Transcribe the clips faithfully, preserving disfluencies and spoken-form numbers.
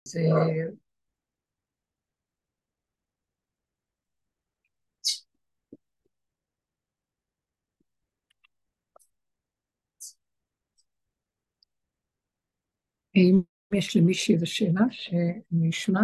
זה אם יש למישהי איזו שאלה שאני אשמע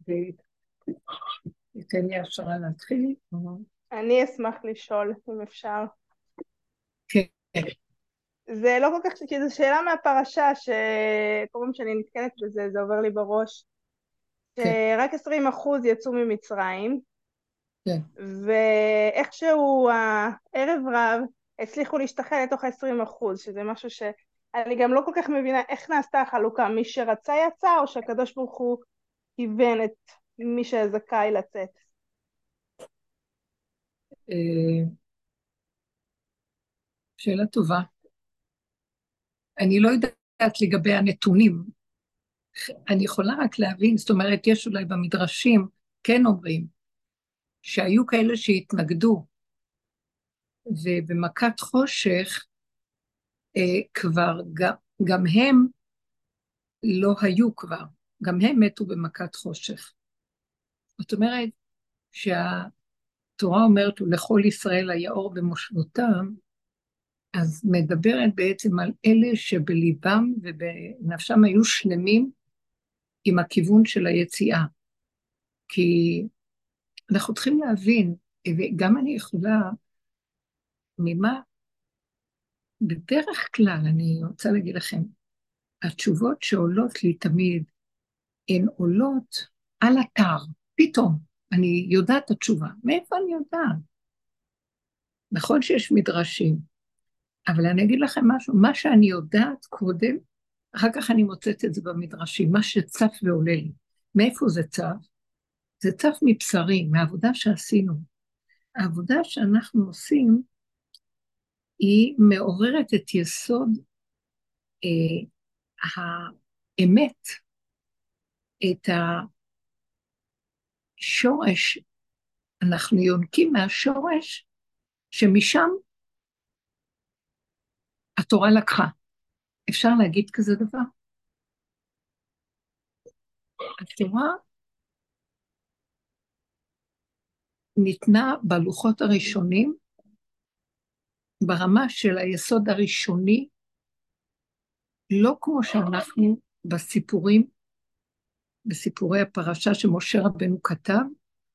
וייתן לי השערה להתחיל. אני אשמח לשאול, אם אפשר. כן, זה לא כל כך, כי זו שאלה מהפרשה, שכל פעם שאני נתקלת בזה, זה עובר לי בראש, כן, שרק עשרים אחוז יצאו ממצרים, כן. ואיכשהו הערב רב הצליחו להשתחל לתוך ה-עשרים אחוז, שזה משהו שאני גם לא כל כך מבינה איך נעשתה החלוקה, מי שרצה יצא, או שהקדוש ברוך הוא כיוון את מי שזכאי לצאת. אה, שאלה טובה. אני לא יודעת לגבי הנתונים, אני יכולה רק להבין, זאת אומרת, יש אולי במדרשים, כן אומרים, שהיו כאלה שהתנגדו, ובמכת חושך, אה, כבר גם, גם הם לא היו כבר, גם הם מתו במכת חושך. זאת אומרת, שהתורה אומרת, ולכל ישראל היה אור במושבותם, אז מדברת בעצם על אלה שבליבם ובנפשם היו שלמים עם הכיוון של היציאה. כי אנחנו צריכים להבין, וגם אני יכולה, ממה, בדרך כלל, אני רוצה להגיד לכם, התשובות שעולות לי תמיד, הן עולות על אתר, פתאום, אני יודעת את התשובה. מאיפה אני יודעת? נכון שיש מדרשים, אבל אני אגיד לכם משהו, מה שאני יודעת קודם, אחר כך אני מוצאת את זה במדרשים, מה שצף ועולה לי. מאיפה זה צף? זה צף מבשרי, מהעבודה שעשינו. העבודה שאנחנו עושים, היא מעוררת את יסוד אה, האמת, את השורש, אנחנו יונקים מהשורש, שמשם התורה לקחה. אפשר להגיד כזה דבר? התורה ניתנה בלוחות הראשונים, ברמה של היסוד הראשוני, לא כמו שאנחנו בסיפורים, בסיפורי הפרשה שמשה רבנו כתב,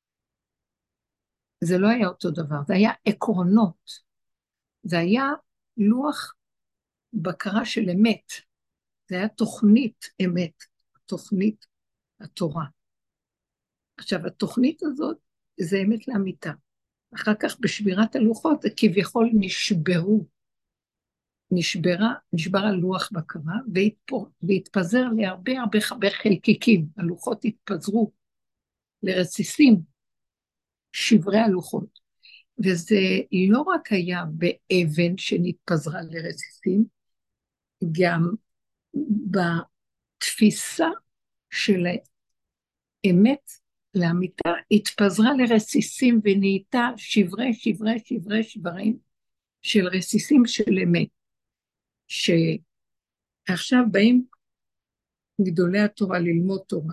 זה לא היה אותו דבר, זה היה עקרונות, זה היה לוח בקרה של אמת, זה היה תוכנית אמת, תוכנית התורה. עכשיו, התוכנית הזאת זה אמת לאמיתה. אחר כך בשבירת הלוחות זה כביכול נשברו, נשברה, נשבר הלוח בקרה, והתפור, והתפזר להרבה הרבה הרבה חלקיקים, הלוחות התפזרו לרסיסים, שברי הלוחות. וזה לא רק היה באבן שנתפזרה לרסיסים, גם בתפיסה של האמת לאמיתה, התפזרה לרסיסים ונהייתה שברי שברי שברי שברים של רסיסים של אמת. שעכשיו באים גדולי התורה ללמוד תורה,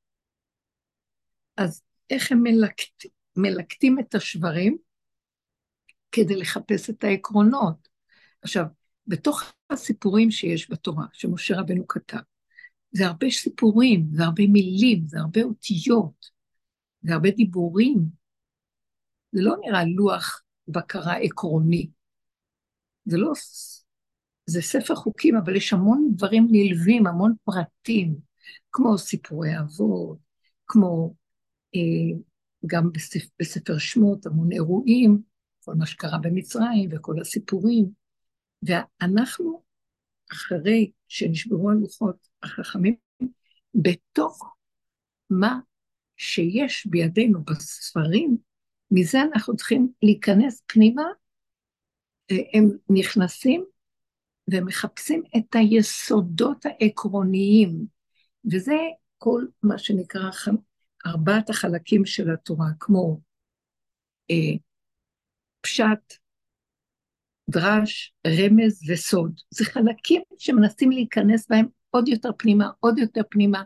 אז איך הם מלקט, מלקטים את השברים כדי לחפש את העקרונות. עכשיו, בתוך הסיפורים שיש בתורה, שמשה רבנו כתב, זה הרבה סיפורים, זה הרבה מילים, זה הרבה אותיות, זה הרבה דיבורים. זה לא נראה לוח בקרה עקרוני. זה לא, זה ספר חוקים, אבל יש המון דברים נלווים, המון פרטים, כמו סיפורי אבות, כמו אה, גם בספר, בספר שמות, המון אירועים, כל מה שקרה במצרים וכל הסיפורים. ואנחנו, אחרי שנשברו הלוחות החכמים, בתוך מה שיש בידינו בספרים, מזה אנחנו צריכים להיכנס פנימה, הם נכנסים ומחפשים את היסודות העקרוניים, וזה כל מה שנקרא ארבעת החלקים של התורה, כמו אה, פשט, דרש, רמז וסוד. זה חלקים שמנסים להיכנס בהם עוד יותר פנימה, עוד יותר פנימה,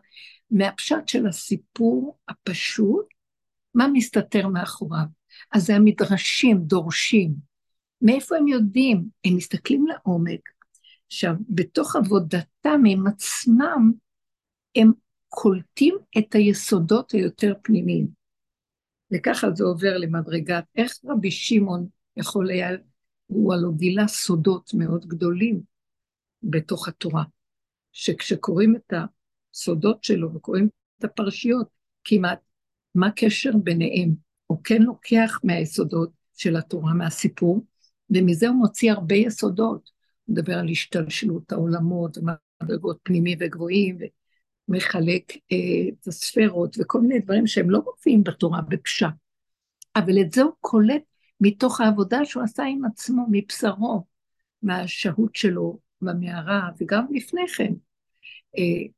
מהפשט של הסיפור הפשוט, מה מסתתר מאחוריו. אז זה המדרשים, דורשים. מאיפה הם יודעים? הם מסתכלים לעומק. עכשיו, בתוך עבודתם עם עצמם, הם קולטים את היסודות היותר פנימיים. וככה זה עובר למדרגת, איך רבי שמעון יכול היה, הוא הלא גילה סודות מאוד גדולים בתוך התורה, שכשקוראים את הסודות שלו וקוראים את הפרשיות, כמעט מה הקשר ביניהם? הוא כן לוקח מהיסודות של התורה, מהסיפור, ומזה הוא מוציא הרבה יסודות. הוא מדבר על השתלשלות העולמות, מדרגות פנימיים וגבוהים, ומחלק אה, את הספרות, וכל מיני דברים שהם לא מופיעים בתורה בפשט. אבל את זה הוא קולט מתוך העבודה שהוא עשה עם עצמו, מבשרו, מהשהות שלו במערה, וגם לפני כן. אה,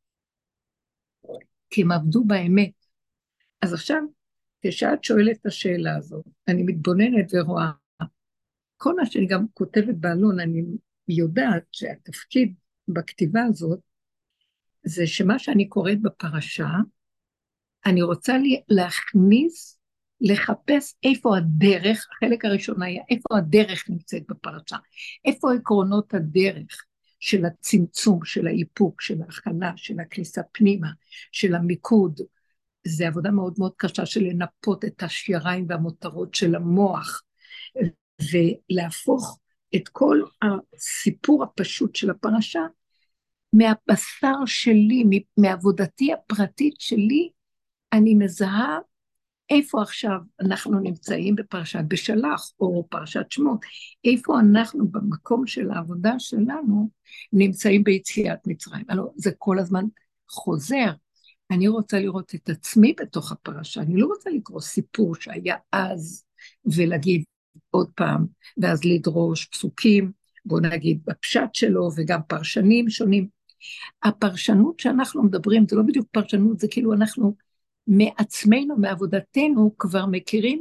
כי הם עבדו באמת. אז עכשיו, כשאת שואלת את השאלה הזאת, אני מתבוננת ורואה, כל מה שאני גם כותבת בעלון, אני יודעת שהתפקיד בכתיבה הזאת, זה שמה שאני קוראת בפרשה, אני רוצה לי להכניס, לחפש איפה הדרך, החלק הראשון היה, איפה הדרך נמצאת בפרשה, איפה עקרונות הדרך של הצמצום, של האיפוק, של ההכנה, של הכניסה פנימה, של המיקוד. זה עבודה מאוד מאוד קשה של לנפות את השיריים והמותרות של המוח, ולהפוך את כל הסיפור הפשוט של הפרשה, מהבשר שלי, מעבודתי הפרטית שלי, אני מזהה איפה עכשיו אנחנו נמצאים בפרשת בשלח, או פרשת שמות, איפה אנחנו במקום של העבודה שלנו, נמצאים ביציאת מצרים. אלא זה כל הזמן חוזר. אני רוצה לראות את עצמי בתוך הפרשה, אני לא רוצה לקרוא סיפור שהיה אז, ולהגיד עוד פעם, ואז לדרוש פסוקים, בוא נגיד בפשט שלו, וגם פרשנים שונים. הפרשנות שאנחנו מדברים, זה לא בדיוק פרשנות, זה כאילו אנחנו מעצמנו, מעבודתנו, כבר מכירים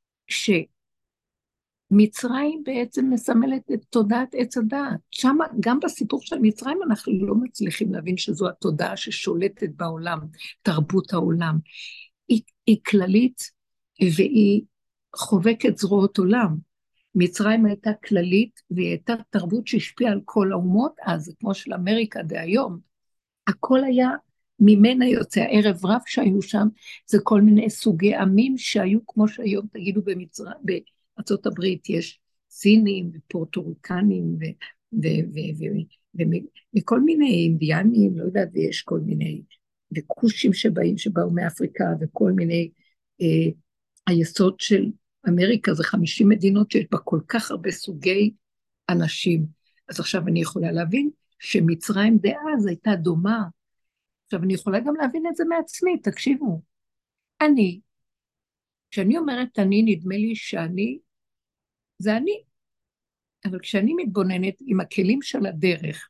שמצרים בעצם מסמלת את תודעת עץ הדעת. שם, גם בסיפור של מצרים, אנחנו לא מצליחים להבין שזו התודעה ששולטת בעולם, תרבות העולם. היא, היא כללית והיא חובקת זרועות עולם. מצרים הייתה כללית והיא הייתה תרבות שהשפיעה על כל האומות, אז כמו של אמריקה דהיום, הכל היה ממנה יוצא, הערב רב שהיו שם, זה כל מיני סוגי עמים שהיו כמו שהיום, תגידו במצרים, בארצות הברית יש סינים ופורטוריקנים וכל מיני אינדיאנים, לא יודעת, ויש כל מיני, וכושים שבאים, שבאו מאפריקה, וכל מיני, אה, היסוד של אמריקה זה חמישים מדינות שיש בה כל כך הרבה סוגי אנשים. אז עכשיו אני יכולה להבין שמצרים דאז הייתה דומה. עכשיו אני יכולה גם להבין את זה מעצמי, תקשיבו. אני, כשאני אומרת אני, נדמה לי שאני, זה אני. אבל כשאני מתבוננת עם הכלים של הדרך,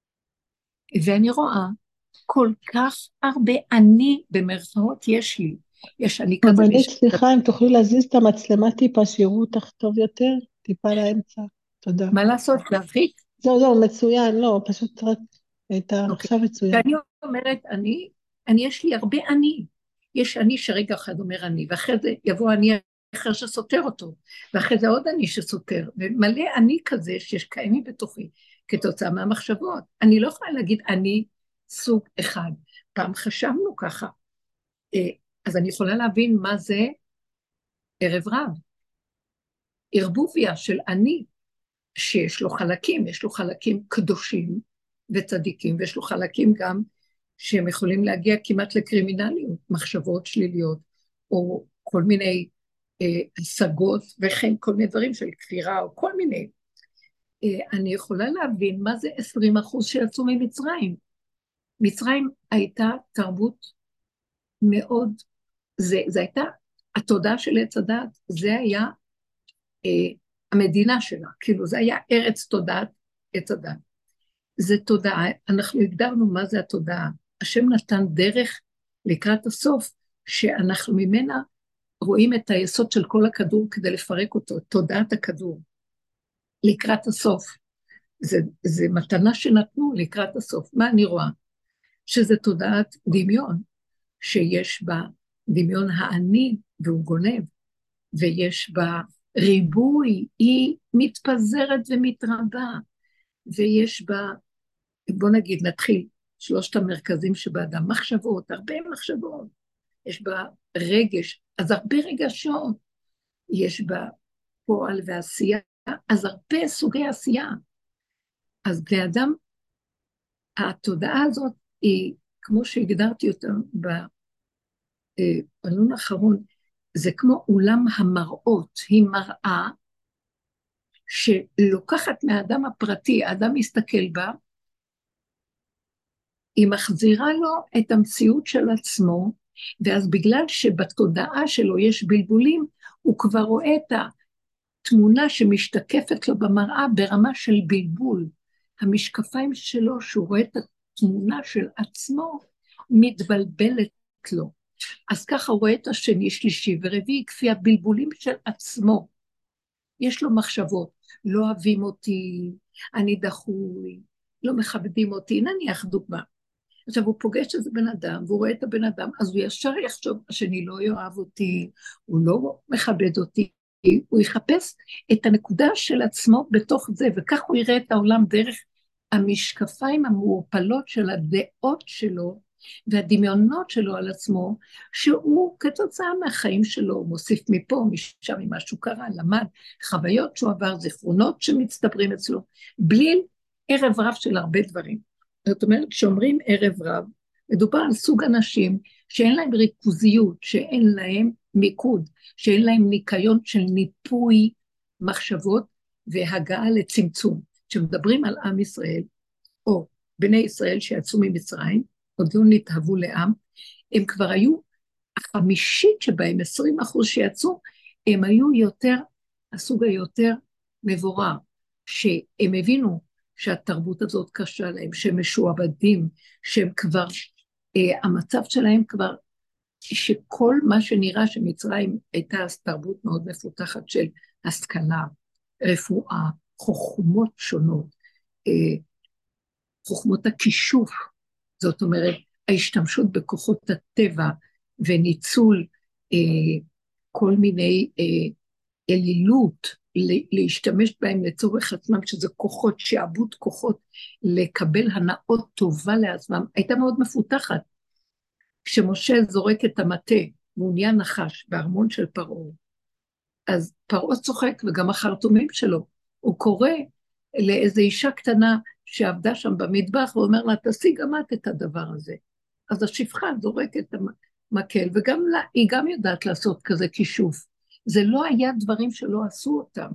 ואני רואה כל כך הרבה אני במרכאות יש לי. יש אני כזה... רבנית, סליחה, אם תוכלי להזיז את המצלמה טיפה, שיראו אותך טוב יותר, טיפה לאמצע. תודה. מה לעשות? להרחיק? זהו, זהו, מצוין, לא, פשוט רק הייתה עכשיו מצוין. כשאני אומרת אני, אני יש לי הרבה אני. יש אני שרגע אחד אומר אני, ואחרי זה יבוא אני אחר שסותר אותו, ואחרי זה עוד אני שסותר, ומלא אני כזה שיש קיימים בתוכי, כתוצאה מהמחשבות. אני לא יכולה להגיד אני סוג אחד. פעם חשבנו ככה. אז אני יכולה להבין מה זה ערב רב. ערבוביה של אני, שיש לו חלקים, יש לו חלקים קדושים וצדיקים, ויש לו חלקים גם שהם יכולים להגיע כמעט לקרימינליות, מחשבות שליליות, או כל מיני אה, השגות, וכן כל מיני דברים של כפירה, או כל מיני. אה, אני יכולה להבין מה זה עשרים אחוז שיצאו ממצרים. מצרים הייתה תרבות מאוד, זה, זה הייתה התודעה של עץ הדת, זה היה אה, המדינה שלה, כאילו זה היה ארץ תודעת עץ הדת. זה תודעה, אנחנו הגדרנו מה זה התודעה. השם נתן דרך לקראת הסוף, שאנחנו ממנה רואים את היסוד של כל הכדור כדי לפרק אותו, תודעת הכדור, לקראת הסוף. זה, זה מתנה שנתנו לקראת הסוף. מה אני רואה? שזה תודעת דמיון, שיש בה דמיון העני והוא גונב, ויש בה ריבוי, היא מתפזרת ומתרבה, ויש בה, בוא נגיד, נתחיל, שלושת המרכזים שבאדם, מחשבות, הרבה מחשבות, יש בה רגש, אז הרבה רגשות, יש בה פועל ועשייה, אז הרבה סוגי עשייה. אז בני אדם, התודעה הזאת היא, כמו שהגדרתי אותה בעלון האחרון, זה כמו אולם המראות, היא מראה שלוקחת מהאדם הפרטי, האדם מסתכל בה, היא מחזירה לו את המציאות של עצמו, ואז בגלל שבתודעה שלו יש בלבולים, הוא כבר רואה את התמונה שמשתקפת לו במראה ברמה של בלבול. המשקפיים שלו, שהוא רואה את התמונה של עצמו, מתבלבלת לו. אז ככה הוא רואה את השני, שלישי ורביעי, כפי הבלבולים של עצמו. יש לו מחשבות, לא אוהבים אותי, אני דחוי, לא מכבדים אותי, נניח דוגמה. עכשיו הוא פוגש איזה בן אדם, והוא רואה את הבן אדם, אז הוא ישר יחשוב, השני לא יאהב אותי, הוא לא מכבד אותי, הוא יחפש את הנקודה של עצמו בתוך זה, וכך הוא יראה את העולם דרך המשקפיים המעורפלות של הדעות שלו, והדמיונות שלו על עצמו, שהוא כתוצאה מהחיים שלו, מוסיף מפה, משם ממשהו קרה, למד, חוויות שהוא עבר, זיכרונות שמצטברים אצלו, בלי ערב רב של הרבה דברים. זאת אומרת, כשאומרים ערב רב, מדובר על סוג אנשים שאין להם ריכוזיות, שאין להם מיקוד, שאין להם ניקיון של ניפוי מחשבות והגעה לצמצום. כשמדברים על עם ישראל, או בני ישראל שיצאו ממצרים, עוד לא נתהוו לעם, הם כבר היו, החמישית שבהם, עשרים אחוז שיצאו, הם היו יותר, הסוג היותר מבורר, שהם הבינו שהתרבות הזאת קשה להם, שהם משועבדים, שהם כבר, אה, המצב שלהם כבר, שכל מה שנראה שמצרים הייתה תרבות מאוד מפותחת של השכלה, רפואה, חוכמות שונות, אה, חוכמות הכישוף, זאת אומרת, ההשתמשות בכוחות הטבע וניצול אה, כל מיני אה, אלילות, להשתמש בהם לצורך עצמם, שזה כוחות, שעבוד כוחות, לקבל הנאות טובה לעצמם, הייתה מאוד מפותחת. כשמשה זורק את המטה, והוא נהיה נחש בארמון של פרעה, אז פרעה צוחק, וגם החרטומים שלו, הוא קורא לאיזו אישה קטנה, שעבדה שם במטבח, ואומר לה, תעשי גם את את הדבר הזה. אז השפחה זורקת את המקל, וגם לה, היא גם יודעת לעשות כזה כישוף. זה לא היה דברים שלא עשו אותם.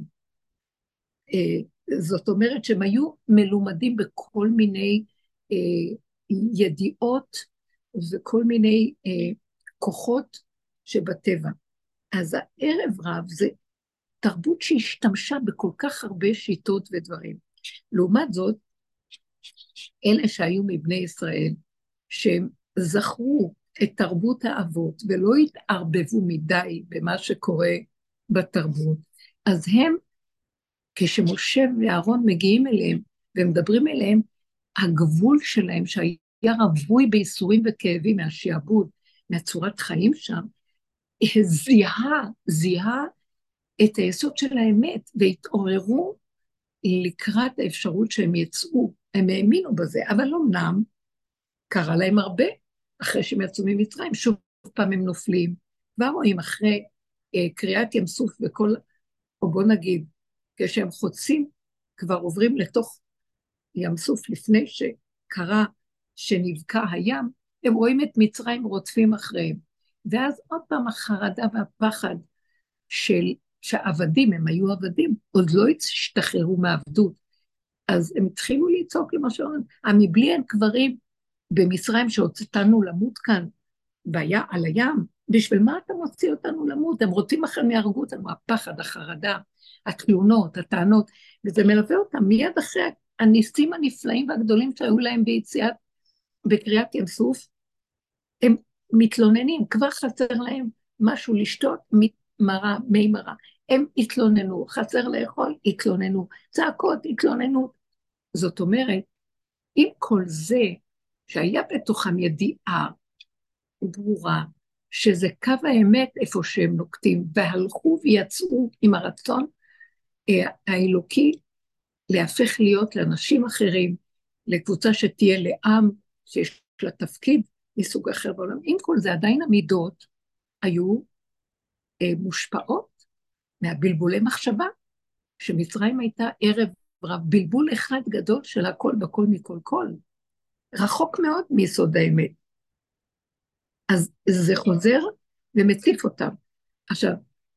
זאת אומרת שהם היו מלומדים בכל מיני ידיעות, וכל מיני כוחות שבטבע. אז הערב רב זה תרבות שהשתמשה בכל כך הרבה שיטות ודברים. לעומת זאת, אלה שהיו מבני ישראל, שהם זכרו את תרבות האבות, ולא התערבבו מדי במה שקורה בתרבות, אז הם, כשמשה ואהרון מגיעים אליהם, ומדברים אליהם, הגבול שלהם, שהיה רבוי בייסורים וכאבים מהשעבוד, מהצורת חיים שם, זיהה, זיהה את היסוד של האמת, והתעוררו לקראת האפשרות שהם יצאו, הם האמינו בזה, אבל אמנם קרה להם הרבה, אחרי שהם יצאו ממצרים, שוב פעם הם נופלים, כבר רואים אחרי אה, קריאת ים סוף וכל, או בוא נגיד, כשהם חוצים, כבר עוברים לתוך ים סוף, לפני שקרה שנבקע הים, הם רואים את מצרים רודפים אחריהם, ואז עוד פעם החרדה והפחד של שהעבדים, הם היו עבדים, עוד לא השתחררו מעבדות, אז הם התחילו לצעוק למשל, המבלי אין קברים במצרים שהוצאתנו למות כאן, והיה על הים, בשביל מה אתה מוציא אותנו למות? הם רוצים אחרי מהרגו אותנו, הפחד, החרדה, התלונות, הטענות, וזה מלווה אותם מיד אחרי הניסים הנפלאים והגדולים שהיו להם ביציאת, בקריאת ים סוף, הם מתלוננים, כבר חסר להם משהו לשתות, מרה, מי מרה. הם התלוננו, חסר לאכול, התלוננו, צעקות, התלוננו. זאת אומרת, עם כל זה, שהיה בתוכם ידיעה ברורה, שזה קו האמת איפה שהם נוקטים, והלכו ויצאו עם הרצון אה, האלוקי, להפך להיות לאנשים אחרים, לקבוצה שתהיה לעם, שיש לה תפקיד מסוג אחר בעולם. עם כל זה עדיין המידות היו אה, מושפעות מהבלבולי מחשבה, שמצרים הייתה ערב רב, בלבול אחד גדול של הכל בכל מכל כל, רחוק מאוד מיסוד האמת. אז זה חוזר ומציף אותם. עכשיו,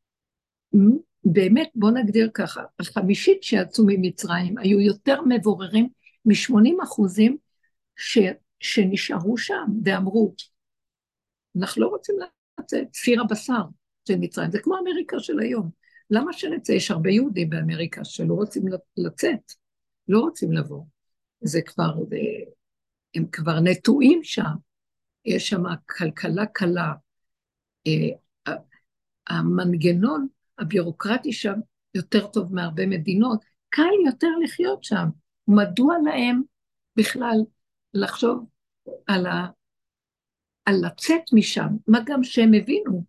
באמת בוא נגדיר ככה, החמישית שיצאו ממצרים היו יותר מבוררים מ-שמונים אחוזים ש, שנשארו שם ואמרו, אנחנו לא רוצים לצאת, סיר הבשר של מצרים, זה כמו אמריקה של היום. למה שנצא? יש הרבה יהודים באמריקה שלא רוצים לצאת, לא רוצים לבוא. זה כבר, זה, הם כבר נטועים שם, יש שם כלכלה קלה, המנגנון הבירוקרטי שם יותר טוב מהרבה מדינות, קל יותר לחיות שם. מדוע להם בכלל לחשוב על, ה, על לצאת משם? מה גם שהם הבינו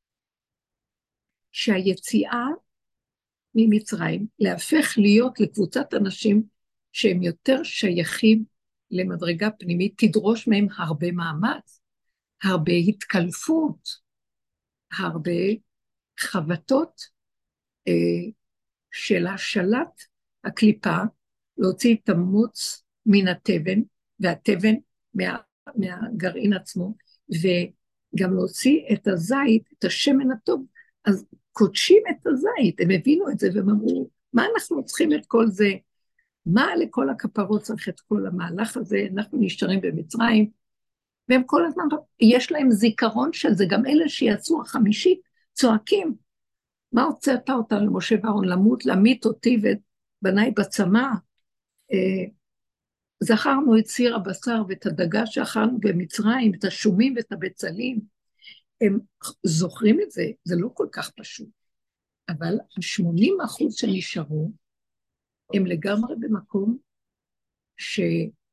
שהיציאה ממצרים להפך להיות לקבוצת אנשים שהם יותר שייכים למדרגה פנימית, תדרוש מהם הרבה מאמץ, הרבה התקלפות, הרבה חבטות אה, של השלט הקליפה, להוציא את המוץ מן התבן, והתבן מה, מהגרעין עצמו, וגם להוציא את הזית, את השמן הטוב. אז קודשים את הזית, הם הבינו את זה והם אמרו, מה אנחנו צריכים את כל זה? מה לכל הכפרות צריך את כל המהלך הזה? אנחנו נשארים במצרים, והם כל הזמן, יש להם זיכרון של זה, גם אלה שיצאו החמישית צועקים, מה הוצאת אותה למשה ואהרון למות, להמית אותי ואת בניי בצמא? אה, זכרנו את סיר הבשר ואת הדגה שאכלנו במצרים, את השומים ואת הבצלים, הם זוכרים את זה, זה לא כל כך פשוט, אבל ה-שמונים אחוז שנשארו, הם לגמרי במקום שלא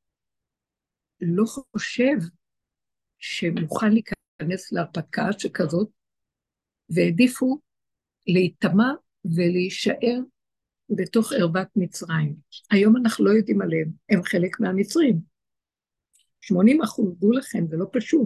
חושב שמוכן להיכנס להרפתקה שכזאת, והעדיפו להתאמה ולהישאר בתוך ערבת מצרים. היום אנחנו לא יודעים עליהם, הם חלק מהמצרים. שמונים אחוז, דעו לכם, זה לא פשוט.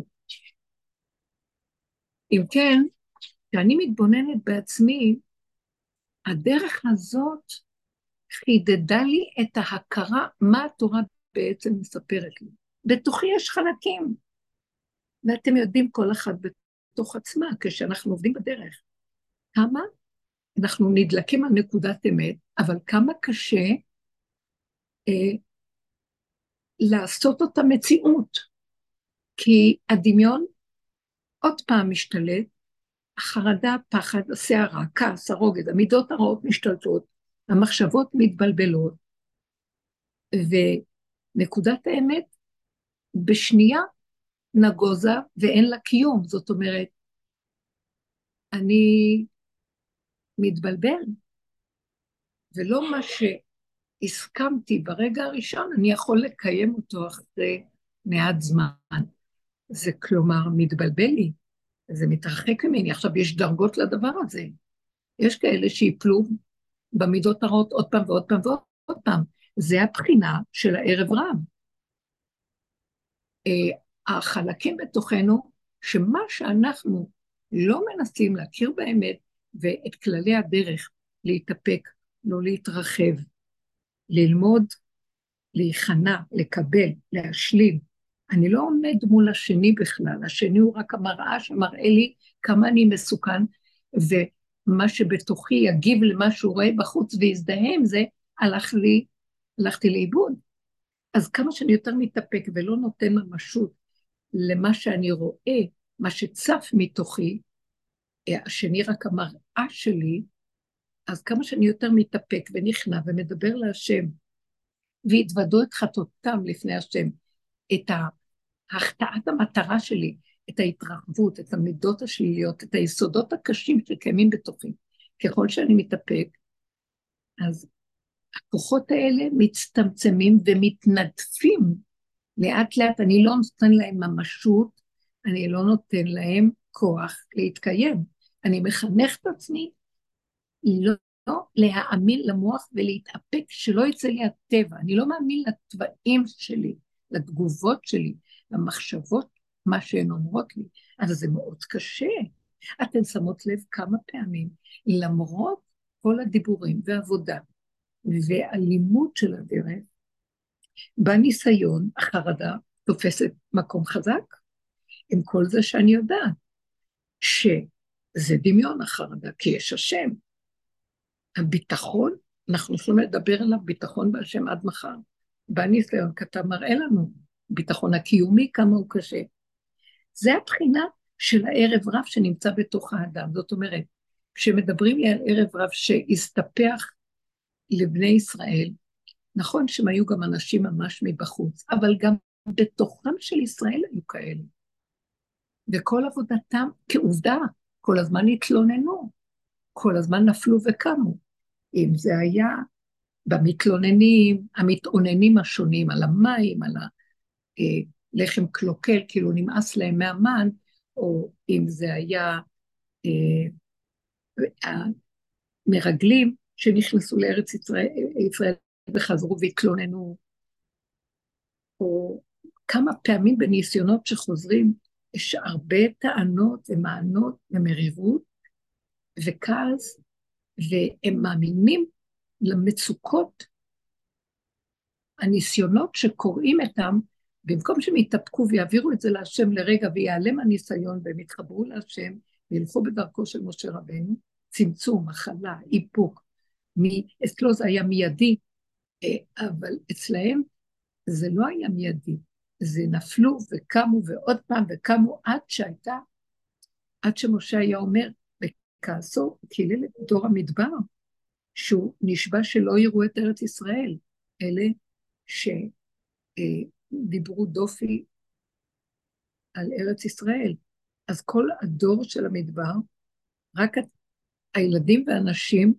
אם כן, כשאני מתבוננת בעצמי, הדרך הזאת חידדה לי את ההכרה, מה התורה בעצם מספרת לי. בתוכי יש חלקים, ואתם יודעים כל אחד בתוך עצמה, כשאנחנו עובדים בדרך. כמה אנחנו נדלקים על נקודת אמת, אבל כמה קשה אה, לעשות אותה מציאות, כי הדמיון עוד פעם משתלט, החרדה, הפחד, השערה, כעס, הרוגז, המידות הרעות משתלטות, המחשבות מתבלבלות, ונקודת האמת בשנייה נגוזה ואין לה קיום. זאת אומרת, אני מתבלבל, ולא מה שהסכמתי ברגע הראשון, אני יכול לקיים אותו אחרי מעט זמן. זה כלומר מתבלבל לי, זה מתרחק ממני. עכשיו יש דרגות לדבר הזה. יש כאלה שיפלו במידות הרעות עוד פעם ועוד פעם ועוד פעם. זה הבחינה של הערב רב. החלקים בתוכנו, שמה שאנחנו לא מנסים להכיר באמת, ואת כללי הדרך להתאפק, לא להתרחב, ללמוד, להיכנע, לקבל, להשלים. אני לא עומד מול השני בכלל, השני הוא רק המראה שמראה לי כמה אני מסוכן, ומה שבתוכי יגיב למה שהוא רואה בחוץ ויזדהה עם זה, הלך לי, הלכתי לאיבוד. אז כמה שאני יותר מתאפק ולא נותן ממשות למה שאני רואה, מה שצף מתוכי, השני רק המראה שלי, אז כמה שאני יותר מתאפק ונכנע ומדבר להשם, והתוודו את חטאותם לפני השם, את ההחטאת המטרה שלי, את ההתרחבות, את המידות השליליות, את היסודות הקשים שקיימים בתוכי. ככל שאני מתאפק, אז הכוחות האלה מצטמצמים ומתנדפים לאט לאט אני לא נותן להם ממשות, אני לא נותן להם כוח להתקיים. אני מחנך את עצמי לא, לא להאמין למוח ולהתאפק שלא יצא לי הטבע. אני לא מאמין לטבעים שלי, לתגובות שלי, למחשבות, מה שהן אומרות לי. אז זה מאוד קשה. אתן שמות לב כמה פעמים, למרות כל הדיבורים והעבודה והלימוד של הדרך, בניסיון החרדה תופסת מקום חזק, עם כל זה שאני יודעת, שזה דמיון החרדה, כי יש השם. הביטחון, אנחנו יכולים לדבר עליו ביטחון בהשם עד מחר. בניסיון כתב מראה לנו, ביטחון הקיומי כמה הוא קשה. זה הבחינה של הערב רב שנמצא בתוך האדם. זאת אומרת, כשמדברים לי על ערב רב שהסתפח לבני ישראל, נכון שהם היו גם אנשים ממש מבחוץ, אבל גם בתוכם של ישראל היו כאלה. וכל עבודתם כעובדה, כל הזמן התלוננו, כל הזמן נפלו וקמו. אם זה היה במתלוננים, המתאוננים השונים, על המים, על הלחם קלוקל, כאילו נמאס להם מהמן, או אם זה היה אה, המרגלים שנכנסו לארץ ישראל, ישראל וחזרו והתלוננו, או כמה פעמים בניסיונות שחוזרים, יש הרבה טענות ומענות ומרירות וכעס, והם מאמינים למצוקות, הניסיונות שקוראים איתם, במקום שהם יתאפקו ויעבירו את זה להשם לרגע, ויעלם הניסיון והם יתחברו להשם, וילכו בדרכו של משה רבנו, צמצום, מחלה, איפוק, אצלו זה היה מיידי, אבל אצלהם זה לא היה מיידי, זה נפלו וקמו ועוד פעם וקמו עד שהייתה, עד שמשה היה אומר, בכעסו, קילל את דור המדבר, שהוא נשבע שלא יראו את ארץ ישראל, אלה שדיברו דופי על ארץ ישראל. אז כל הדור של המדבר, רק הילדים והאנשים,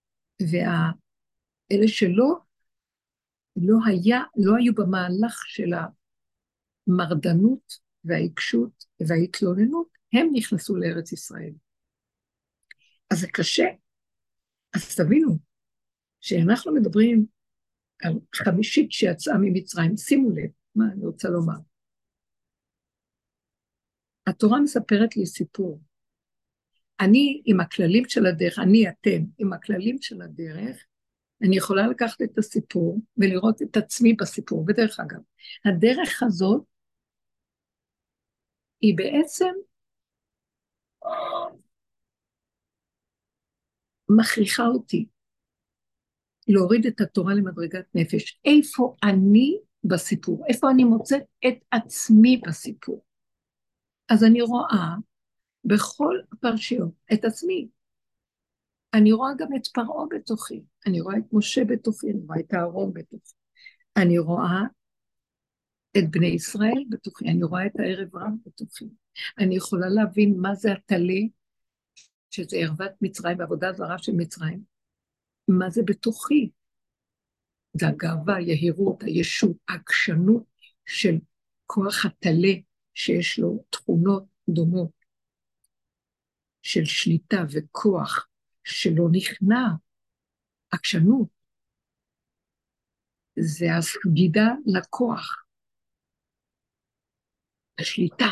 ואלה שלא, לא היה, לא היו במהלך של המרדנות והעיקשות וההתלוננות, הם נכנסו לארץ ישראל. אז זה קשה. אז תבינו, שאנחנו מדברים על חמישית שיצאה ממצרים, שימו לב, מה אני רוצה לומר. התורה מספרת לי סיפור. אני עם הכללים של הדרך, אני אתם עם הכללים של הדרך, אני יכולה לקחת את הסיפור ולראות את עצמי בסיפור. בדרך אגב, הדרך הזאת היא בעצם מכריחה אותי להוריד את התורה למדרגת נפש. איפה אני בסיפור? איפה אני מוצאת את עצמי בסיפור? אז אני רואה בכל הפרשיות את עצמי. אני רואה גם את פרעה בתוכי, אני רואה את משה בתוכי, אני רואה את הארון בתוכי, אני רואה את בני ישראל בתוכי, אני רואה את הערב רב בתוכי. אני יכולה להבין מה זה התלה, שזה ערוות מצרים, בעבודה זרה של מצרים, מה זה בתוכי. זה הגאווה, יהירות, הישות, העקשנות של כוח התלה, שיש לו תכונות דומות, של שליטה וכוח, שלא נכנע, עקשנות. זה הסגידה לכוח, השליטה.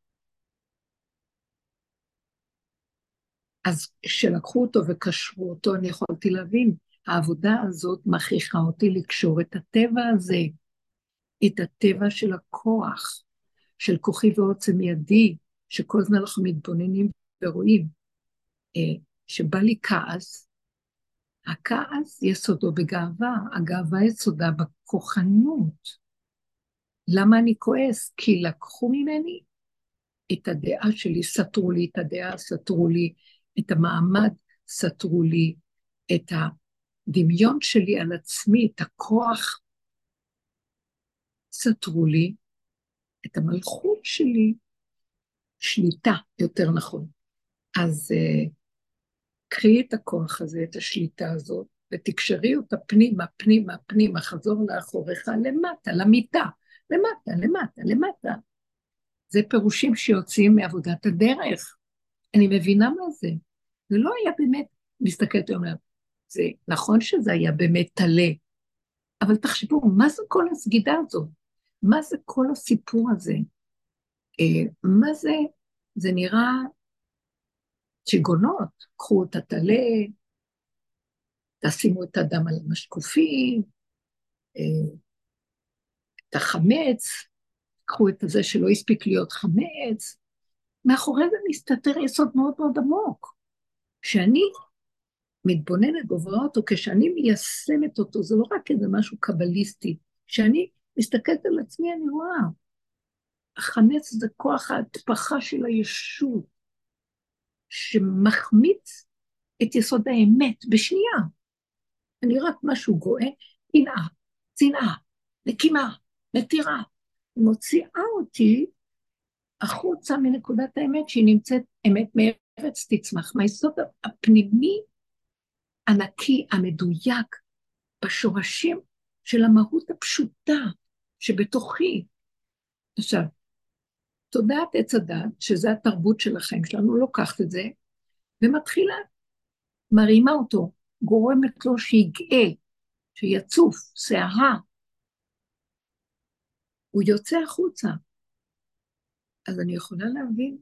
אז כשלקחו אותו וקשרו אותו, אני יכולתי להבין, העבודה הזאת מכריחה אותי לקשור את הטבע הזה, את הטבע של הכוח, של כוחי ועוצם ידי, שכל זמן אנחנו מתבוננים ורואים, שבא לי כעס, הכעס יסודו בגאווה, הגאווה יסודה בכוחנות. למה אני כועס? כי לקחו ממני את הדעה שלי, סתרו לי את הדעה, סתרו לי את המעמד, סתרו לי את הדמיון שלי על עצמי, את הכוח, סתרו לי את המלכות שלי, שליטה, יותר נכון. אז uh, קחי את הכוח הזה, את השליטה הזאת, ותקשרי אותה פנימה, פנימה, פנימה, חזור לאחוריך, למטה, למיטה, למטה, למטה, למטה. זה פירושים שיוצאים מעבודת הדרך. אני מבינה מה זה. זה לא היה באמת, מסתכלת ואומרת, זה נכון שזה היה באמת תלה, אבל תחשבו, מה זה כל הסגידה הזאת? מה זה כל הסיפור הזה? אה, מה זה? זה נראה שיגונות, קחו את התלה, תשימו את הדם על המשקופים, אה, את החמץ, קחו את זה שלא הספיק להיות חמץ, מאחורי זה מסתתר יסוד מאוד מאוד עמוק, שאני מתבוננת ובוראה אותו, כשאני מיישמת אותו, זה לא רק איזה משהו קבליסטי, כשאני מסתכלת על עצמי אני רואה, החמץ זה כוח ההתפחה של הישות, שמחמיץ את יסוד האמת בשנייה, אני רק משהו גואה, קנאה, צנעה, נקימה, נטירה, היא מוציאה אותי החוצה מנקודת האמת שהיא נמצאת אמת מארץ תצמח, מהיסוד הפנימי ענקי, המדויק, בשורשים של המהות הפשוטה שבתוכי. עכשיו, תודעת עץ הדעת, שזה התרבות של החיים שלנו, לוקחת את זה, ומתחילה, מרימה אותו, גורמת לו שיגאה, שיצוף, שערה, הוא יוצא החוצה. אז אני יכולה להבין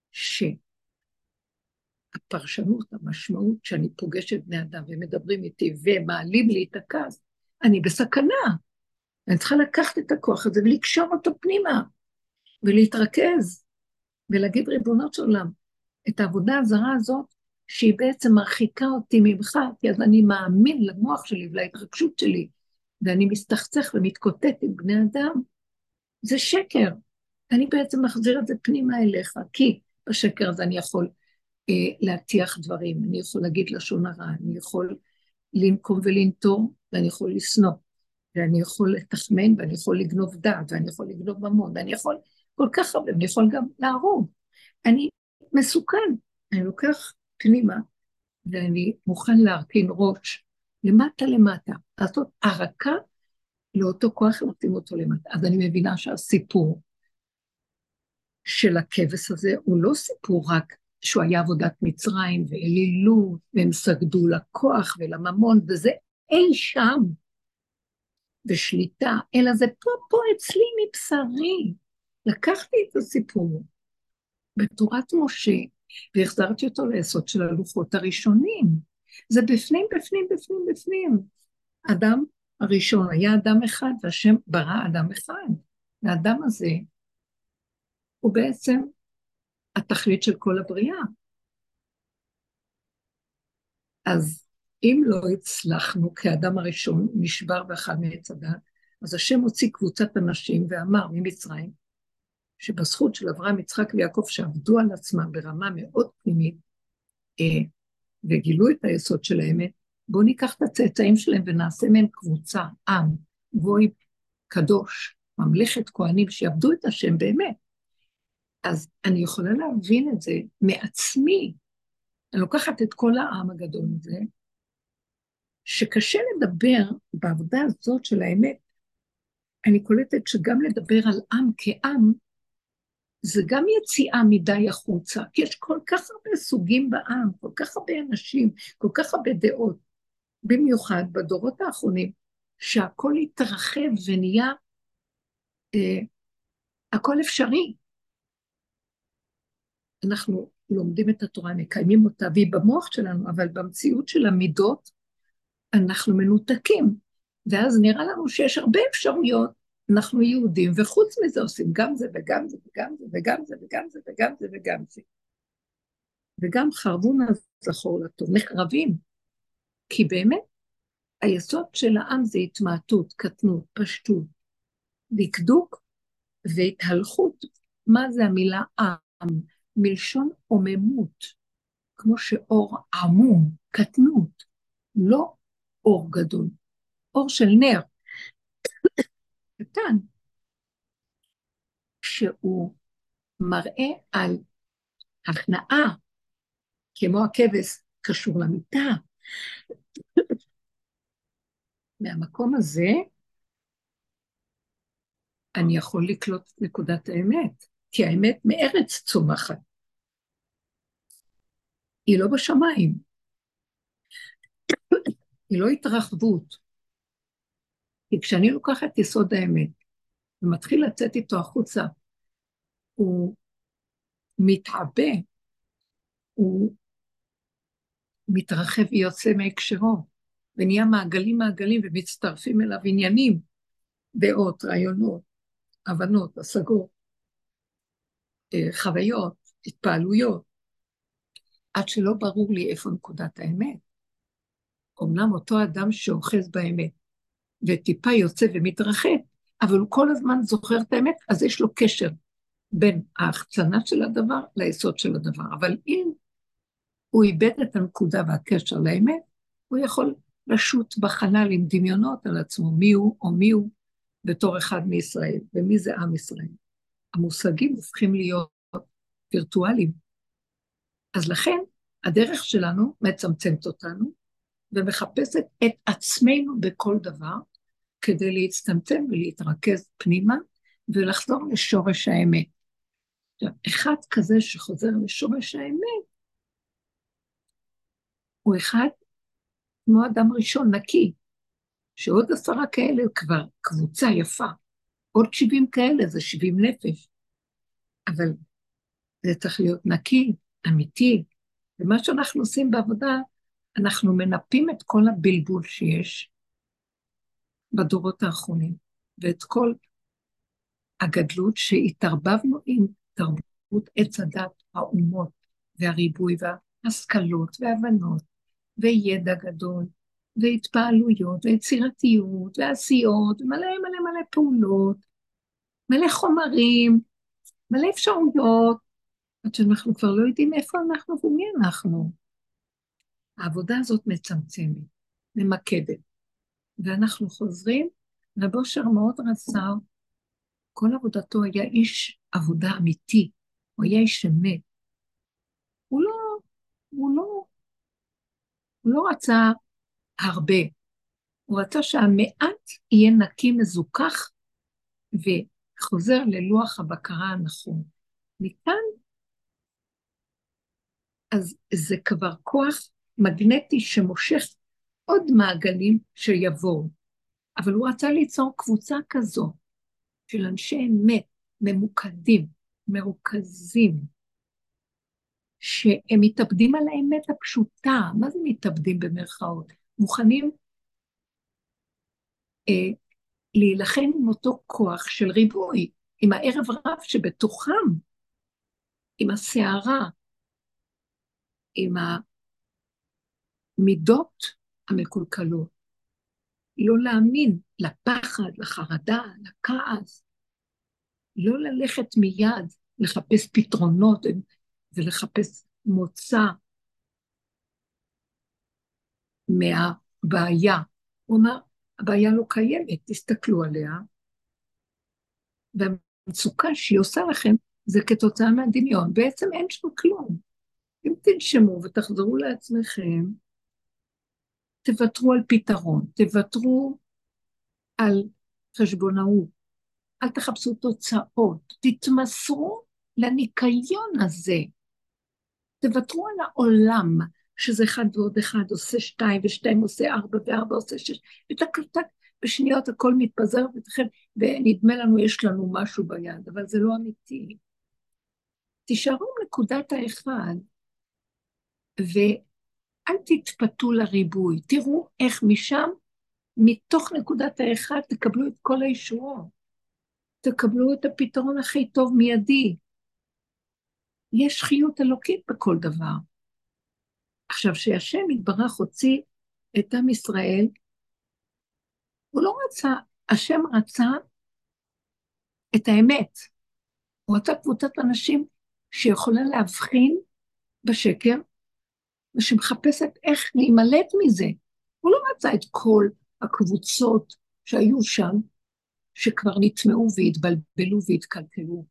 שהפרשנות, המשמעות שאני פוגשת בני אדם ומדברים איתי ומעלים לי את הכעס, אני בסכנה. אני צריכה לקחת את הכוח הזה ולקשור אותו פנימה, ולהתרכז, ולהגיד ריבונות של עולם, את העבודה הזרה הזאת, שהיא בעצם מרחיקה אותי ממך, כי אז אני מאמין למוח שלי ולהתרגשות שלי, ואני מסתכסך ומתקוטט עם בני אדם, זה שקר. אני בעצם מחזיר את זה פנימה אליך, כי בשקר הזה אני יכול אה, להטיח דברים, אני יכול להגיד לשון הרע, אני יכול לנקום ולנטור, ואני יכול לסנוע, ואני יכול לתחמן, ואני יכול לגנוב דעת, ואני יכול לגנוב ממון, ואני יכול כל כך הרבה, ואני יכול גם להרוג. אני מסוכן, אני לוקח פנימה, ואני מוכן להרכין ראש, למטה למטה, לעשות הרקה לאותו כוח, לשים אותו למטה. אז אני מבינה שהסיפור של הכבש הזה, הוא לא סיפור רק שהוא היה עבודת מצרים, ואלילות, והם סגדו לכוח ולממון, וזה אי שם, ושליטה, אלא זה פה פה אצלי מבשרי. לקחתי את הסיפור בתורת משה, והחזרתי אותו ליסוד של הלוחות הראשונים. זה בפנים, בפנים, בפנים, בפנים. אדם הראשון היה אדם אחד, והשם ברא אדם אחד. והאדם הזה הוא בעצם התכלית של כל הבריאה. אז אם לא הצלחנו כאדם הראשון, נשבר באחד מעץ הדת, אז השם הוציא קבוצת אנשים ואמר ממצרים, שבזכות של אברהם, יצחק ויעקב שעבדו על עצמם ברמה מאוד פנימית, אה, וגילו את היסוד של האמת, בואו ניקח את הצאצאים שלהם ונעשה מהם קבוצה, עם, גוי קדוש, ממלכת כהנים שיעבדו את השם באמת. אז אני יכולה להבין את זה מעצמי, אני לוקחת את כל העם הגדול הזה, שקשה לדבר בעבודה הזאת של האמת, אני קולטת שגם לדבר על עם כעם, זה גם יציאה מדי החוצה, כי יש כל כך הרבה סוגים בעם, כל כך הרבה אנשים, כל כך הרבה דעות, במיוחד בדורות האחרונים, שהכל התרחב ונהיה, אה, הכל אפשרי. אנחנו לומדים את התורה, מקיימים אותה, והיא במוח שלנו, אבל במציאות של המידות, אנחנו מנותקים, ואז נראה לנו שיש הרבה אפשרויות, אנחנו יהודים, וחוץ מזה עושים גם זה וגם זה וגם זה וגם זה וגם זה וגם זה וגם זה. וגם חרבון הזכור לטוב, נחרבים, כי באמת היסוד של העם זה התמעטות, קטנות, פשטות, דקדוק והתהלכות. מה זה המילה עם? מלשון עוממות, כמו שאור עמום, קטנות, לא אור גדול, אור של נר, קטן, שהוא מראה על הכנעה, כמו הכבש קשור למיטה. מהמקום הזה, אני יכול לקלוט את נקודת האמת, כי האמת מארץ צומחת, היא לא בשמיים, היא לא התרחבות. כי כשאני לוקחת יסוד האמת, ומתחיל לצאת איתו החוצה, הוא מתעבה, הוא מתרחב ויוצא מהקשרו, ונהיה מעגלים מעגלים, ומצטרפים אליו עניינים, דעות, רעיונות, הבנות, השגות, חוויות, התפעלויות, עד שלא ברור לי איפה נקודת האמת. אמנם אותו אדם שאוחז באמת, וטיפה יוצא ומתרחב, אבל הוא כל הזמן זוכר את האמת, אז יש לו קשר בין ההחצנה של הדבר ליסוד של הדבר. אבל אם הוא איבד את הנקודה והקשר לאמת, הוא יכול לשוט בחלל עם דמיונות על עצמו, מי הוא או מי הוא בתור אחד מישראל, ומי זה עם ישראל. המושגים הופכים להיות וירטואליים. אז לכן הדרך שלנו מצמצמת אותנו, ומחפשת את עצמנו בכל דבר, כדי להצטמצם ולהתרכז פנימה, ולחזור לשורש האמת. אחד כזה שחוזר לשורש האמת, הוא אחד כמו אדם ראשון נקי, שעוד עשרה כאלה כבר קבוצה יפה, עוד שבעים כאלה זה שבעים נפש, אבל זה צריך להיות נקי, אמיתי, ומה שאנחנו עושים בעבודה, אנחנו מנפים את כל הבלבול שיש בדורות האחרונים, ואת כל הגדלות שהתערבבנו עם תרבות עץ הדת, האומות והריבוי וההשכלות והבנות וידע גדול והתפעלויות ויצירתיות ועשיות ומלא מלא מלא פעולות, מלא חומרים, מלא אפשרויות, עד שאנחנו כבר לא יודעים איפה אנחנו ומי אנחנו. העבודה הזאת מצמצמת, ממקדת, ואנחנו חוזרים, רב אושר מאוד רצה, כל עבודתו היה איש עבודה אמיתי, הוא היה איש אמת. הוא לא, הוא לא, הוא לא רצה הרבה, הוא רצה שהמעט יהיה נקי מזוכח, וחוזר ללוח הבקרה הנכון. מכאן, אז זה כבר כוח מגנטי שמושך עוד מעגלים שיבואו, אבל הוא רצה ליצור קבוצה כזו, של אנשי אמת, ממוקדים, מרוכזים, שהם מתאבדים על האמת הפשוטה. מה זה מתאבדים במרכאות? מוכנים אה, להילחם עם אותו כוח של ריבוי, עם הערב רב שבתוכם, עם הסערה, עם המידות המקולקלות, לא להאמין לפחד, לחרדה, לכעס, לא ללכת מיד, לחפש פתרונות ולחפש מוצא מהבעיה. הוא אומר, הבעיה לא קיימת, תסתכלו עליה, והמצוקה שהיא עושה לכם, זה כתוצאה מהדמיון, בעצם אין שם כלום. אם תנשמו ותחזרו לעצמכם, תוותרו על פתרון, תוותרו על חשבונאות, אל תחפשו תוצאות, תתמסרו לניקיון הזה, תוותרו על העולם, שזה אחד ועוד אחד עושה שתיים, ושתיים עושה ארבע, וארבע עושה שש, ותקלטק בשניות הכל מתפזר, ונדמה לנו יש לנו משהו ביד, אבל זה לא אמיתי. תישארו נקודת האחד, ואל תתפתו לריבוי, תראו איך משם, מתוך נקודת האחד, תקבלו את כל הישועות, תקבלו את הפתרון הכי טוב מיידי. יש חיות אלוקית בכל דבר. עכשיו, שהשם יתברך הוציא את עם ישראל, הוא לא רצה, השם רצה את האמת. הוא רצה קבוצת אנשים שיכולה להבחין בשקר, ושמחפשת איך להימלט מזה. הוא לא רצה את כל הקבוצות שהיו שם, שכבר נטמעו והתבלבלו והתקלקלו.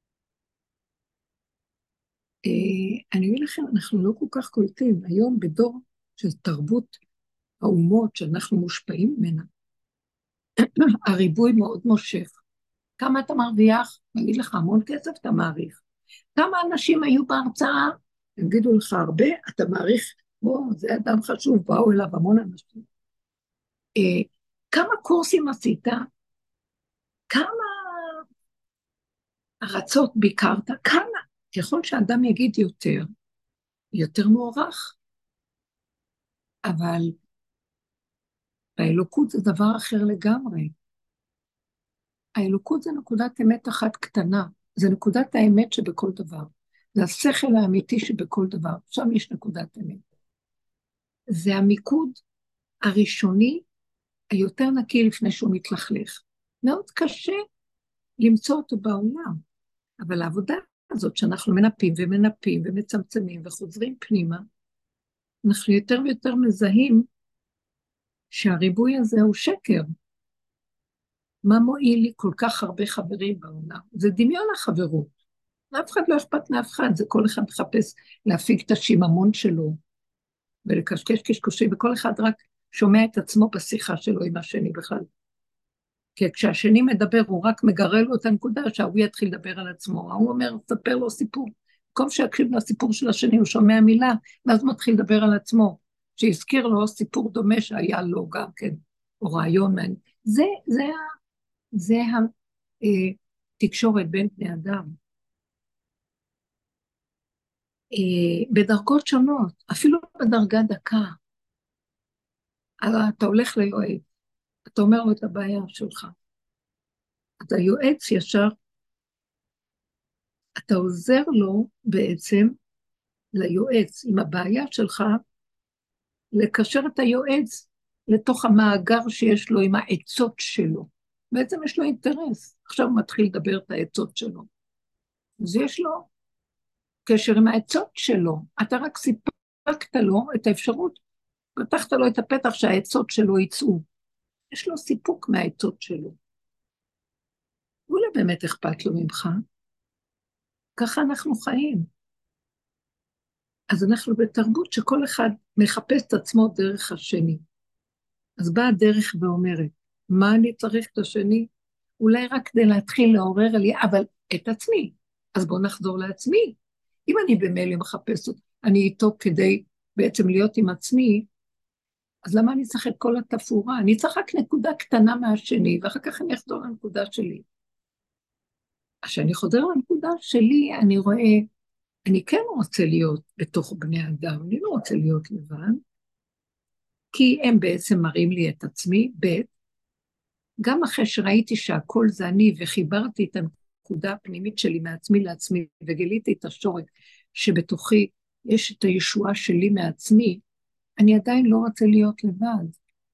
אני אגיד לכם, אנחנו לא כל כך קולטים, היום בדור של תרבות האומות שאנחנו מושפעים ממנה, הריבוי מאוד מושך. כמה אתה מרוויח? אני אגיד לך, המון כסף אתה מעריך. כמה אנשים היו בהרצאה? יגידו לך הרבה, אתה מעריך, בוא, זה אדם חשוב, באו אליו המון אנשים. אה, כמה קורסים עשית? כמה ארצות ביקרת? כמה? ככל שאדם יגיד יותר, יותר מוערך. אבל האלוקות זה דבר אחר לגמרי. האלוקות זה נקודת אמת אחת קטנה, זה נקודת האמת שבכל דבר. זה השכל האמיתי שבכל דבר, שם יש נקודת אמת. זה המיקוד הראשוני, היותר נקי לפני שהוא מתלכלך. מאוד קשה למצוא אותו בעולם, אבל העבודה הזאת שאנחנו מנפים ומנפים ומצמצמים וחוזרים פנימה, אנחנו יותר ויותר מזהים שהריבוי הזה הוא שקר. מה מועיל לי כל כך הרבה חברים בעולם? זה דמיון החברות. אף אחד לא אכפת לאף אחד, זה כל אחד מחפש להפיג את השיממון שלו, ולקשקש קשקושי, וכל אחד רק שומע את עצמו בשיחה שלו עם השני בכלל. כי כשהשני מדבר, הוא רק מגרה לו את הנקודה, שההוא יתחיל לדבר על עצמו. הוא אומר, ספר לו סיפור. במקום שיקשיב לסיפור של השני, הוא שומע מילה, ואז מתחיל לדבר על עצמו, שהזכיר לו סיפור דומה שהיה לו גם כן, או רעיון מעניין. זה, זה, זה התקשורת בין בני אדם. בדרגות שונות, אפילו בדרגה דקה. אתה הולך ליועץ, אתה אומר לו את הבעיה שלך. אתה יועץ ישר, אתה עוזר לו בעצם, ליועץ עם הבעיה שלך, לקשר את היועץ לתוך המאגר שיש לו עם העצות שלו. בעצם יש לו אינטרס, עכשיו הוא מתחיל לדבר את העצות שלו. אז יש לו קשר עם העצות שלו, אתה רק סיפקת לו את האפשרות, פתחת לו את הפתח שהעצות שלו יצאו. יש לו סיפוק מהעצות שלו. הוא לא באמת אכפת לו ממך. ככה אנחנו חיים. אז אנחנו בתרבות שכל אחד מחפש את עצמו דרך השני. אז באה הדרך ואומרת, מה אני צריך את השני? אולי רק כדי להתחיל לעורר לי, אבל את עצמי. אז בואו נחזור לעצמי. אם אני במילא מחפש אותו, אני איתו כדי בעצם להיות עם עצמי, אז למה אני צריך את כל התפאורה? אני צריך רק נקודה קטנה מהשני, ואחר כך אני אחזור לנקודה שלי. אז כשאני חוזר לנקודה שלי, אני רואה, אני כן רוצה להיות בתוך בני אדם, אני לא רוצה להיות לבד, כי הם בעצם מראים לי את עצמי, ב' גם אחרי שראיתי שהכל זה אני, וחיברתי את הנקודה הפנימית שלי מעצמי לעצמי, וגיליתי את השורק שבתוכי יש את הישועה שלי מעצמי, אני עדיין לא רוצה להיות לבד,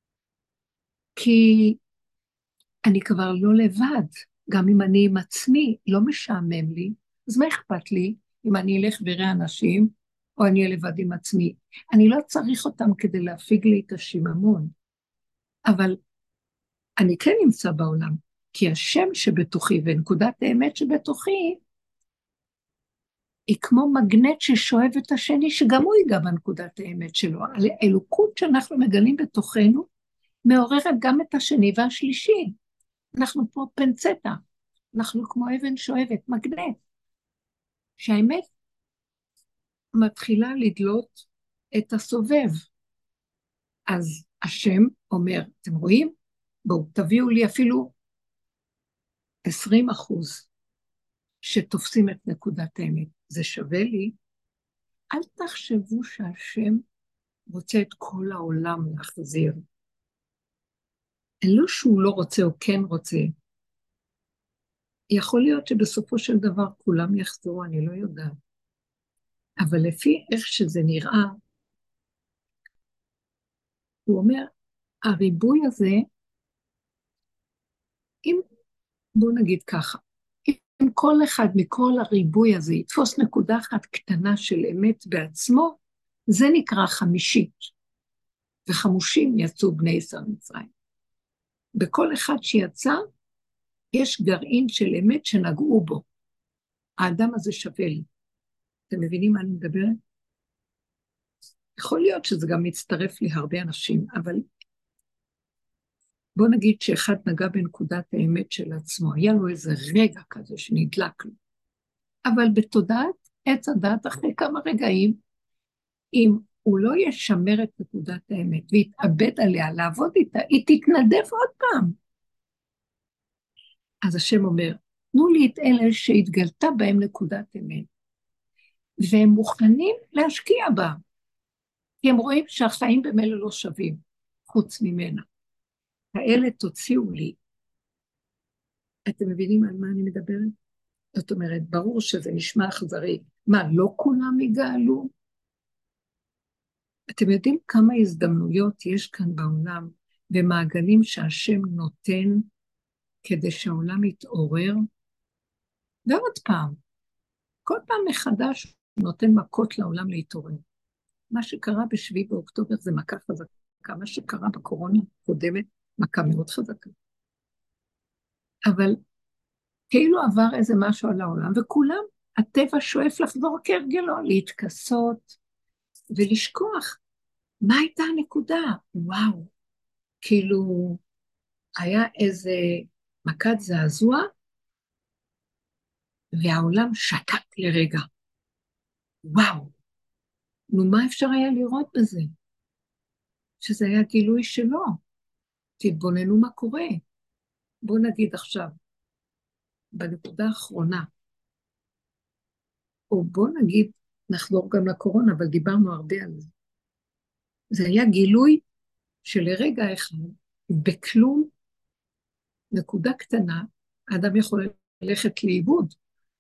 כי אני כבר לא לבד, גם אם אני עם עצמי, לא משעמם לי, אז מה אכפת לי אם אני אלך וראה אנשים, או אני אהיה לבד עם עצמי? אני לא צריך אותם כדי להפיג לי את השיממון, אבל אני כן נמצא בעולם, כי השם שבתוכי ונקודת האמת שבתוכי, היא כמו מגנט ששואב את השני, שגם הוא ייגע בנקודת האמת שלו. האלוקות שאנחנו מגלים בתוכנו, מעוררת גם את השני והשלישי. אנחנו פה פנצטה, אנחנו כמו אבן שואבת, מגנט, שהאמת מתחילה לדלות את הסובב. אז השם אומר, אתם רואים? בואו, תביאו לי אפילו עשרים אחוז שתופסים את נקודת האמת. זה שווה לי? אל תחשבו שהשם רוצה את כל העולם להחזיר. אין לו שהוא לא רוצה או כן רוצה. יכול להיות שבסופו של דבר כולם יחזרו, אני לא יודעת. אבל לפי איך שזה נראה, הוא אומר, הריבוי הזה, אם, בואו נגיד ככה, אם כל אחד מכל הריבוי הזה יתפוס נקודה אחת קטנה של אמת בעצמו, זה נקרא חמישית. וחמושים יצאו בני ישראל מצרים. בכל אחד שיצא, יש גרעין של אמת שנגעו בו. האדם הזה שווה לי. אתם מבינים מה אני מדברת? יכול להיות שזה גם מצטרף להרבה אנשים, אבל בוא נגיד שאחד נגע בנקודת האמת של עצמו, היה לו איזה רגע כזה שנדלק לו, אבל בתודעת עץ הדעת אחרי כמה רגעים, אם הוא לא ישמר את נקודת האמת ויתאבד עליה, לעבוד איתה, היא תתנדב עוד פעם. אז השם אומר, תנו לי את אלה שהתגלתה בהם נקודת אמת, והם מוכנים להשקיע בה, כי הם רואים שהחיים במילא לא שווים, חוץ ממנה. האלה תוציאו לי. אתם מבינים על מה אני מדברת? זאת אומרת, ברור שזה נשמע אכזרי. מה, לא כולם יגאלו? אתם יודעים כמה הזדמנויות יש כאן בעולם, ומעגלים שהשם נותן כדי שהעולם יתעורר? ועוד פעם, כל פעם מחדש נותן מכות לעולם להתעורר. מה שקרה בשביעי באוקטובר זה מכה חזקה, מה שקרה בקורונה קודמת, מכה מאוד חזקה. אבל כאילו עבר איזה משהו על העולם, וכולם, הטבע שואף לחזור כהרגלו, להתכסות ולשכוח. מה הייתה הנקודה? וואו, כאילו היה איזה מכת זעזוע, והעולם שקט לרגע. וואו, נו מה אפשר היה לראות בזה? שזה היה גילוי שלו. תתבוננו מה קורה. בואו נגיד עכשיו, בנקודה האחרונה, או בואו נגיד, נחזור גם לקורונה, אבל דיברנו הרבה על זה. זה היה גילוי שלרגע אחד, בכלום, נקודה קטנה, האדם יכול ללכת לאיבוד,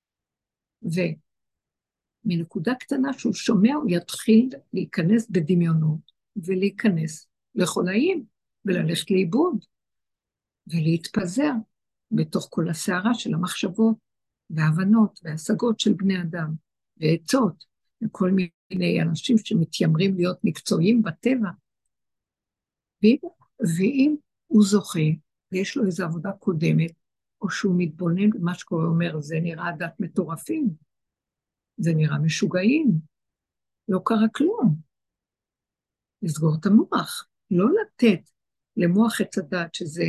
ומנקודה קטנה שהוא שומע, הוא יתחיל להיכנס בדמיונות, ולהיכנס לחולאים, וללכת לאיבוד, ולהתפזר בתוך כל הסערה של המחשבות, וההבנות, וההשגות של בני אדם, ועצות, וכל מיני אנשים שמתיימרים להיות מקצועיים בטבע. ואם, ואם הוא זוכה, ויש לו איזו עבודה קודמת, או שהוא מתבונן במה שקורה, אומר, זה נראה דת מטורפים, זה נראה משוגעים, לא קרה כלום. לסגור את המוח, לא לתת למוח את הדעת, שזה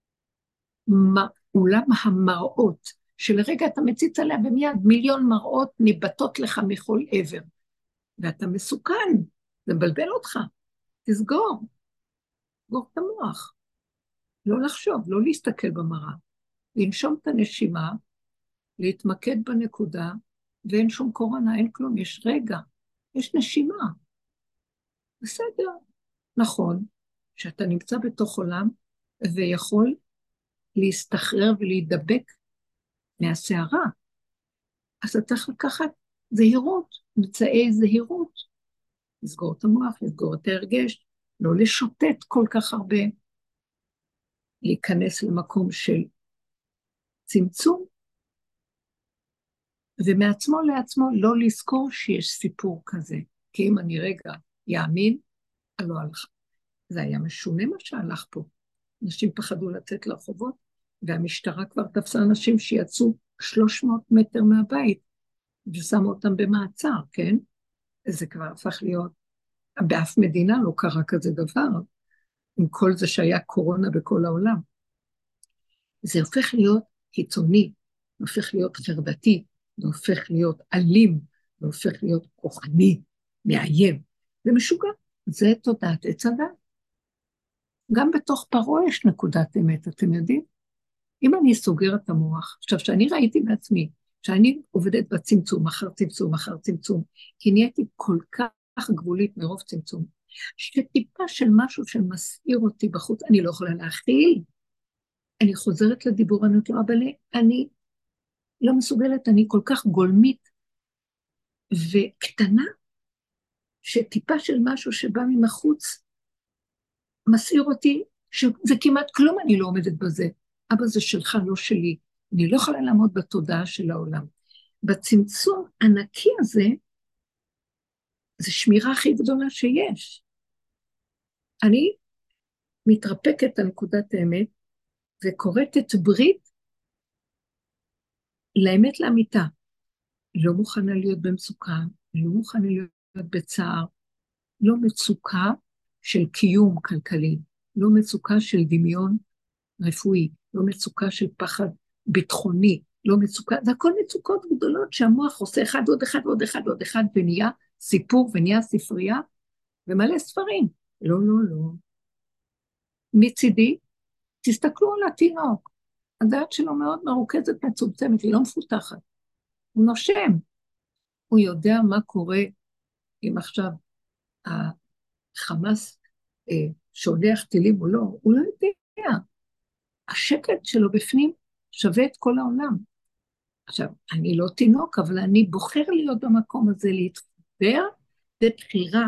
אולם המראות, שלרגע אתה מציץ עליה ומיד מיליון מראות ניבטות לך מכל עבר, ואתה מסוכן, זה מבלבל אותך, תסגור, תסגור את המוח, לא לחשוב, לא להסתכל במראה, לנשום את הנשימה, להתמקד בנקודה, ואין שום קורונה, אין כלום, יש רגע, יש נשימה, בסדר, נכון, שאתה נמצא בתוך עולם, ויכול להסתחרר ולהידבק מהסערה, אז אתה צריך לקחת זהירות, מצאי זהירות, לסגור את המוח, לסגור את ההרגש, לא לשוטט כל כך הרבה, להיכנס למקום של צמצום, ומעצמו לעצמו לא לזכור שיש סיפור כזה, כי אם אני רגע יאמין, לא הלך. זה היה משונה מה שהלך פה. אנשים פחדו לצאת לרחובות, והמשטרה כבר תפסה אנשים שיצאו שלוש מאות מטר מהבית, ושמו אותם במעצר, כן? זה כבר הפך להיות, באף מדינה לא קרה כזה דבר, עם כל זה שהיה קורונה בכל העולם. זה הופך להיות קיצוני, זה הופך להיות חרדתי, זה הופך להיות אלים, זה הופך להיות כוחני, מאיים. זה משוגע, זה תודעת עץ הדת. גם בתוך פרעה יש נקודת אמת, אתם יודעים? אם אני סוגר את המוח, עכשיו שאני ראיתי בעצמי, שאני עובדת בצמצום, אחר צמצום, אחר צמצום, כי נהייתי כל כך גבולית מרוב צמצום, שטיפה של משהו שמסעיר אותי בחוץ, אני לא יכולה להכיל, אני חוזרת לדיבור, אני אומרת, אבל אני לא מסוגלת, אני כל כך גולמית וקטנה, שטיפה של משהו שבא ממחוץ, מסעיר אותי, שזה כמעט כלום אני לא עומדת בזה, אבא זה שלך, לא שלי, אני לא יכולה לעמוד בתודעה של העולם. בצמצום ענקי הזה, זה שמירה הכי גדולה שיש. אני מתרפקת על נקודת האמת, וקוראת את ברית לאמת לאמיתה. לא מוכנה להיות במצוקה, לא מוכנה להיות בצער, לא מצוקה של קיום כלכלי, לא מצוקה של דמיון רפואי, לא מצוקה של פחד ביטחוני, לא מצוקה, זה הכל מצוקות גדולות שהמוח עושה אחד ועוד אחד ועוד אחד ועוד אחד, ונהיה סיפור ונהיה ספרייה, ומלא ספרים. לא, לא, לא. מצידי, תסתכלו על התינוק. הדעת שלו מאוד מרוכזת, מצומצמת, היא לא מפותחת. הוא נושם. הוא יודע מה קורה אם עכשיו החמאס אה, שולח טילים או לא, הוא לא יודע. השקט שלו בפנים שווה את כל העולם. עכשיו, אני לא תינוק, אבל אני בוחר להיות במקום הזה, להתחבר בבחירה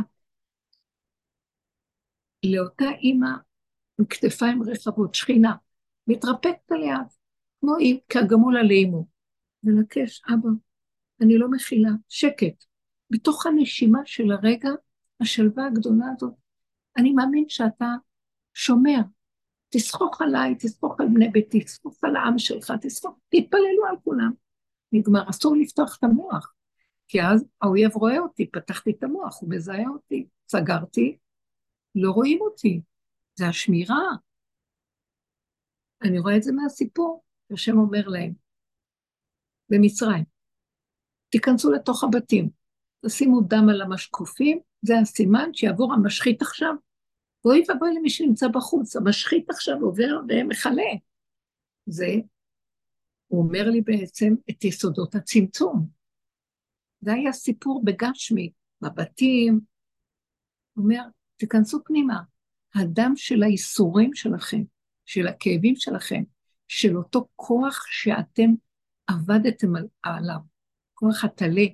לאותה אימא עם כתפיים רחבות, שכינה, מתרפקת עליה, כמו אם כגמול על אימו, ולקש, אבא, אני לא מכילה, שקט. בתוך הנשימה של הרגע, השלווה הגדולה הזאת, אני מאמין שאתה שומר, תסחוך עליי, תסחוך על בני ביתי, תסחוך על העם שלך, תסחוך, תתפללו על כולם. נגמר, אסור לפתוח את המוח, כי אז האויב רואה אותי, פתחתי את המוח, הוא מזהה אותי, סגרתי, לא רואים אותי, זה השמירה. אני רואה את זה מהסיפור, השם אומר להם, במצרים, תיכנסו לתוך הבתים, תשימו דם על המשקופים, זה הסימן שיעבור המשחית עכשיו, ואוי ובואי למי שנמצא בחוץ, המשחית עכשיו עובר ומחלה. זה, הוא אומר לי בעצם את יסודות הצמצום. זה היה סיפור בגשמי, בבתים, הוא אומר, תיכנסו פנימה, הדם של האיסורים שלכם, של הכאבים שלכם, של אותו כוח שאתם עבדתם עליו, כוח התלה,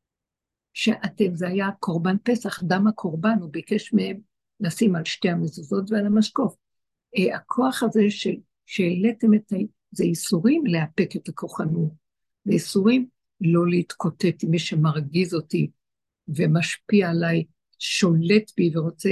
שאתם, זה היה קורבן פסח, דם הקורבן, הוא ביקש מהם לשים על שתי המזוזות ועל המשקוף. הכוח הזה של, שהעליתם את ה... זה איסורים להפק את הכוחנות, זה איסורים לא להתקוטט עם מי שמרגיז אותי ומשפיע עליי, שולט בי ורוצה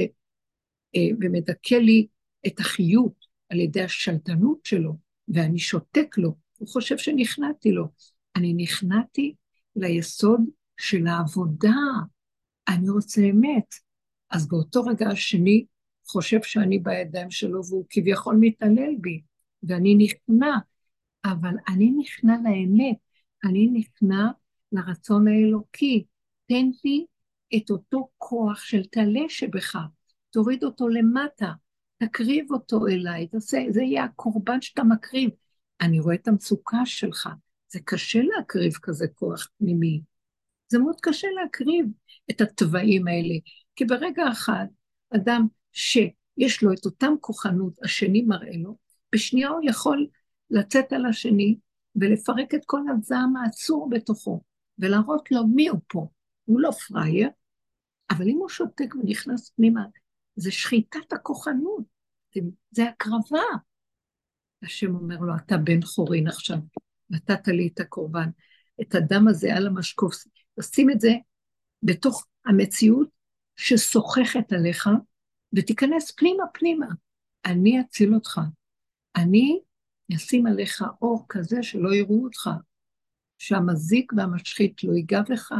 ומדכא לי את החיות על ידי השלטנות שלו, ואני שותק לו, הוא חושב שנכנעתי לו. אני נכנעתי ליסוד של העבודה, אני רוצה אמת. אז באותו רגע השני חושב שאני בידיים שלו, והוא כביכול מתעלל בי, ואני נכנע, אבל אני נכנע לאמת, אני נכנע לרצון האלוקי, תן לי את אותו כוח של תעלה שבך, תוריד אותו למטה, תקריב אותו אליי, תעשה, זה יהיה הקורבן שאתה מקריב. אני רואה את המצוקה שלך, זה קשה להקריב כזה כוח פנימי, זה מאוד קשה להקריב את הטבעים האלה, כי ברגע אחד, אדם שיש לו את אותם כוחנות, השני מראה לו, בשנייה הוא יכול לצאת על השני, ולפרק את כל הזעם העצור בתוכו, ולהראות לו מי הוא פה, הוא לא פרייר, אבל אם הוא שותק ונכנס פנימה, זה שחיטת הכוחנות, זה הקרבה. השם אומר לו, אתה בן חורין עכשיו, נתת לי את הקורבן, את הדם הזה על המשקוף, תשים את זה בתוך המציאות ששוחחת עליך, ותיכנס פנימה פנימה, אני אציל אותך, אני אשים עליך אור כזה שלא יראו אותך, שהמזיק והמשחית לא ייגע לך.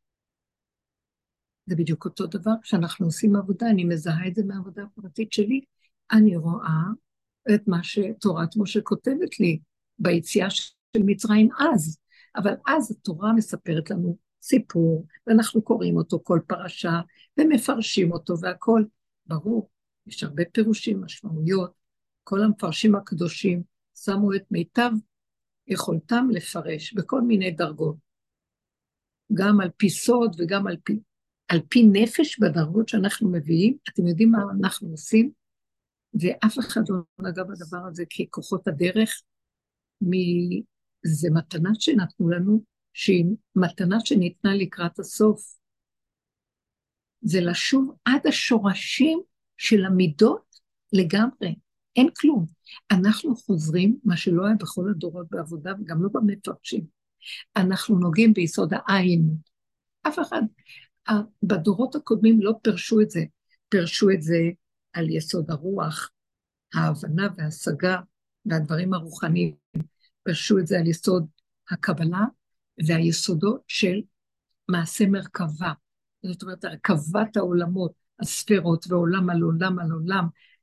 זה בדיוק אותו דבר, כשאנחנו עושים עבודה, אני מזהה את זה מהעבודה הפרטית שלי, אני רואה את מה שתורת משה כותבת לי, ביציאה של מצרים אז, אבל אז התורה מספרת לנו סיפור, ואנחנו קוראים אותו כל פרשה, ומפרשים אותו והכל, ברור, יש הרבה פירושים, משמעויות, כל המפרשים הקדושים שמו את מיטב יכולתם לפרש בכל מיני דרגות, גם על פי סוד וגם על פי, על פי נפש בדרגות שאנחנו מביאים. אתם יודעים מה אנחנו עושים? ואף אחד לא נגע בדבר הזה, כי כוחות הדרך, מ... זה מתנה שנתנו לנו, שהיא מתנה שניתנה לקראת הסוף. זה לשוב עד השורשים של המידות לגמרי. אין כלום. אנחנו חוזרים, מה שלא היה בכל הדורות בעבודה, וגם לא במפרשים. אנחנו נוגעים ביסוד העין. אף אחד, בדורות הקודמים לא פרשו את זה. פרשו את זה על יסוד הרוח, ההבנה וההשגה, והדברים הרוחניים. פרשו את זה על יסוד הקבלה, והיסודות של מעשה מרכבה. זאת אומרת, הרכבת העולמות, הספירות, ועולם על עולם על עולם,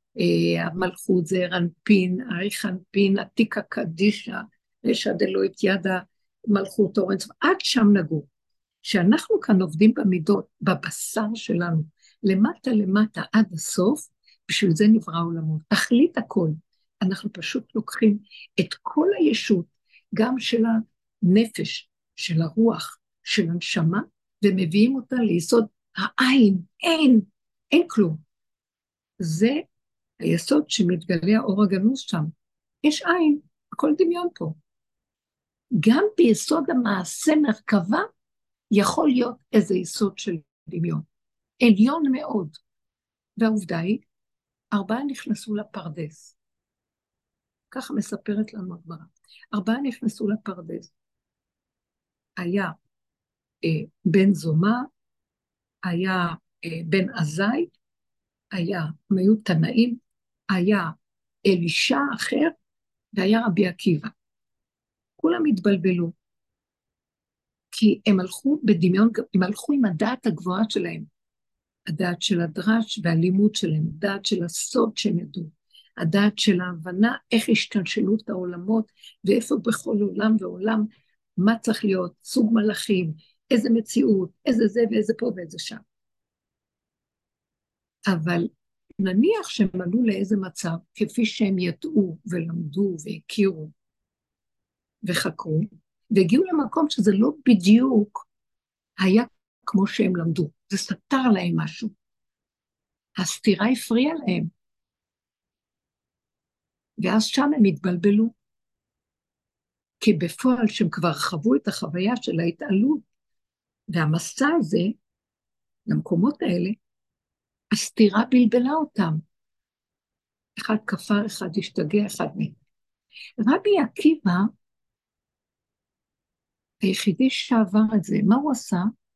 אה, המלכות זה רנפין, אריך אנפין, עתיקה קדישה, רשע דלוית ידה, מלכות אורץ, עד שם נגעו. שאנחנו כאן עובדים במידות, בבשר שלנו, למטה למטה עד הסוף, בשביל זה נברא עולמות. תכלית הכל. אנחנו פשוט לוקחים את כל הישות, גם של הנפש, של הרוח, של הנשמה, ומביאים אותה ליסוד העין, אין, אין כלום. זה היסוד שמתגלה האור הגנוז שם. יש עין, הכל דמיון פה. גם ביסוד המעשה מרכבה, יכול להיות איזה יסוד של דמיון. עליון מאוד. והעובדה היא, ארבעה נכנסו לפרדס. ככה מספרת לנו הגמרא. ארבעה נכנסו לפרדס. היה אה, בן זומא, היה אה, בן עזאי, היה, הם היו תנאים, היה אלישע אחר, והיה רבי עקיבא. כולם התבלבלו, כי הם הלכו בדמיון, הם הלכו עם הדעת הגבוהה שלהם, הדעת של הדרש והלימוד שלהם, הדעת של הסוד שהם ידעו, הדעת של ההבנה, איך השתלשלות העולמות, ואיפה בכל עולם ועולם, מה צריך להיות, סוג מלאכים, איזה מציאות, איזה זה ואיזה פה ואיזה שם. אבל נניח שהם עלו לאיזה מצב, כפי שהם ידעו ולמדו והכירו וחקרו, והגיעו למקום שזה לא בדיוק היה כמו שהם למדו, זה סתר להם משהו. הסתירה הפריעה להם. ואז שם הם התבלבלו, כי בפועל שהם כבר חוו את החוויה של ההתעלות, והמסע הזה, למקומות האלה, הסתירה בלבלה אותם. אחד כפר, אחד השתגע, אחד מת. רבי עקיבא, היחידי שעבר את זה, מה הוא עשה?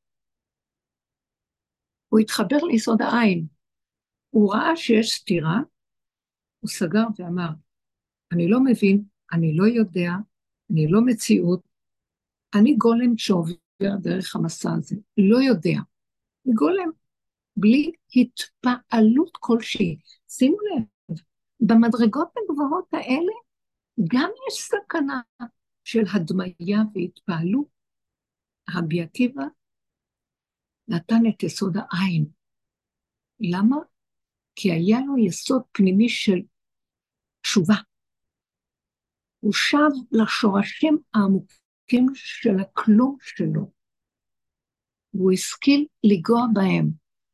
הוא התחבר ליסוד העין. הוא ראה שיש סתירה, הוא סגר ואמר, אני לא מבין, אני לא יודע, אני לא מציאות, אני גולם שעובר דרך המסע הזה, לא יודע. גולם, בלי התפעלות כלשהי. שימו לב, במדרגות הגבוהות האלה, גם יש סכנה של הדמיה והתפעלות. רבי עקיבא נתן את יסוד העין. למה? כי היה לו יסוד פנימי של תשובה. הוא שב לשורשים העמוקים של הכלום שלו, והוא השכיל לגוע בהם,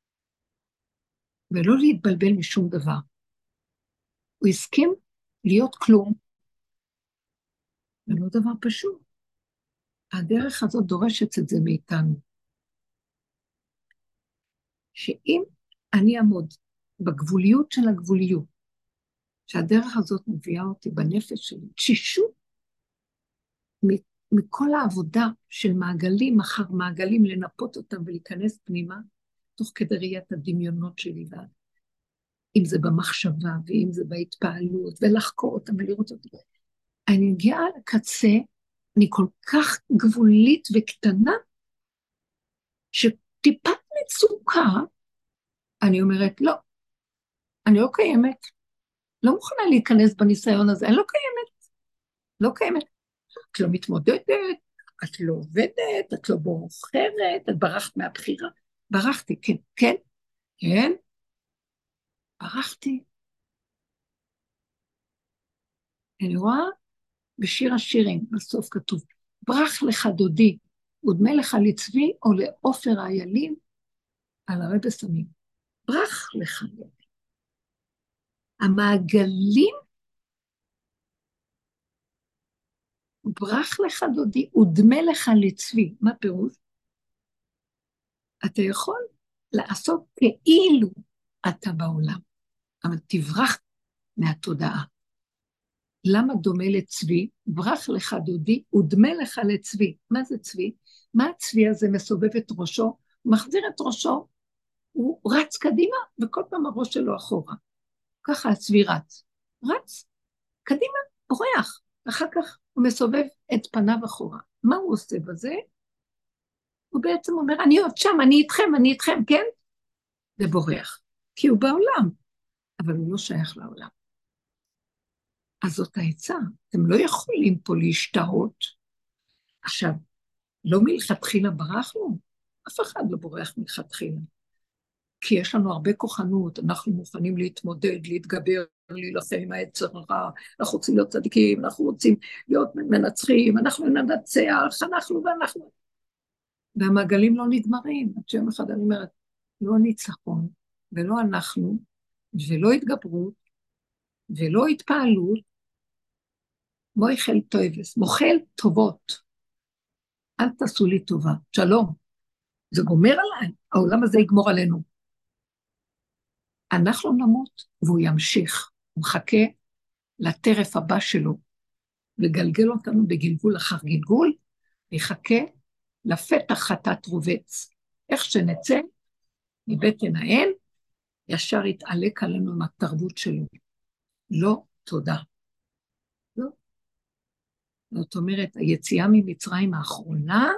ולא להתבלבל משום דבר. הוא הסכים להיות כלום, ולא דבר פשוט. הדרך הזאת דורשת את זה מאיתנו. שאם אני אעמוד בגבוליות של הגבוליות, שהדרך הזאת מביאה אותי בנפש שלי, תשישות מכל העבודה של מעגלים אחר מעגלים, לנפות אותם ולהיכנס פנימה, תוך כדי ראיית הדמיונות שלי, אם זה במחשבה ואם זה בהתפעלות, ולחקור אותם ולראות אותם. אני מגיעה לקצה, אני כל כך גבולית וקטנה, שטיפת מצוקה, אני אומרת, לא, אני לא קיימת, לא מוכנה להיכנס בניסיון הזה, אני לא קיימת, לא קיימת. את לא מתמודדת, את לא עובדת, את לא בוחרת, את ברחת מהבחירה. ברחתי, כן, כן, כן, ברחתי. אני רואה בשיר השירים, בסוף כתוב, ברח לך דודי, ודמה לך לצבי או לאופר האיילים, על הרבה סמים. ברח לך דודי. המעגלים, ברח לך דודי, ודמה לך לצבי. מה פירוש? אתה יכול לעשות כאילו אתה בעולם, אבל תברח מהתודעה. למה דומה לצבי? ברח לך דודי, ודמה לך לצבי. מה זה צבי? מה הצבי הזה מסובב את ראשו? הוא מחזיר את ראשו, הוא רץ קדימה, וכל פעם הראש שלו אחורה. ככה הצבי רץ. רץ, קדימה, בורח. אחר כך הוא מסובב את פניו אחורה. מה הוא עושה בזה? הוא בעצם אומר, אני עוד שם, אני איתכם, אני איתכם, כן? ובורח. כי הוא בעולם. אבל הוא לא שייך לעולם. אז זאת העצה, אתם לא יכולים פה להשתהות. עכשיו, לא מלכתחילה ברחנו, אף אחד לא בורח מלכתחילה. כי יש לנו הרבה כוחנות, אנחנו מוכנים להתמודד, להתגבר, להילחם עם היצר הרע, אנחנו רוצים להיות צדיקים, אנחנו רוצים להיות מנצחים, אנחנו ננצח, אנחנו ואנחנו. והמעגלים לא נגמרים, עד שיום אחד אני אומרת, לא ניצחון, ולא אנחנו, ולא התגברות, ולא התפעלות, מויכל טויבס, מוכל טובות, אל תעשו לי טובה, שלום, זה גומר עליי, העולם הזה יגמור עלינו. אנחנו נמות, והוא ימשיך, הוא מחכה לטרף הבא שלו, וגלגל אותנו בגלגול אחר גלגול, ויחכה לפתח חטאת רובץ. איך שנצא מבטן האל, ישר יתעלק עלינו עם התרבות שלו. לא, תודה. לא. זאת אומרת, היציאה ממצרים האחרונה,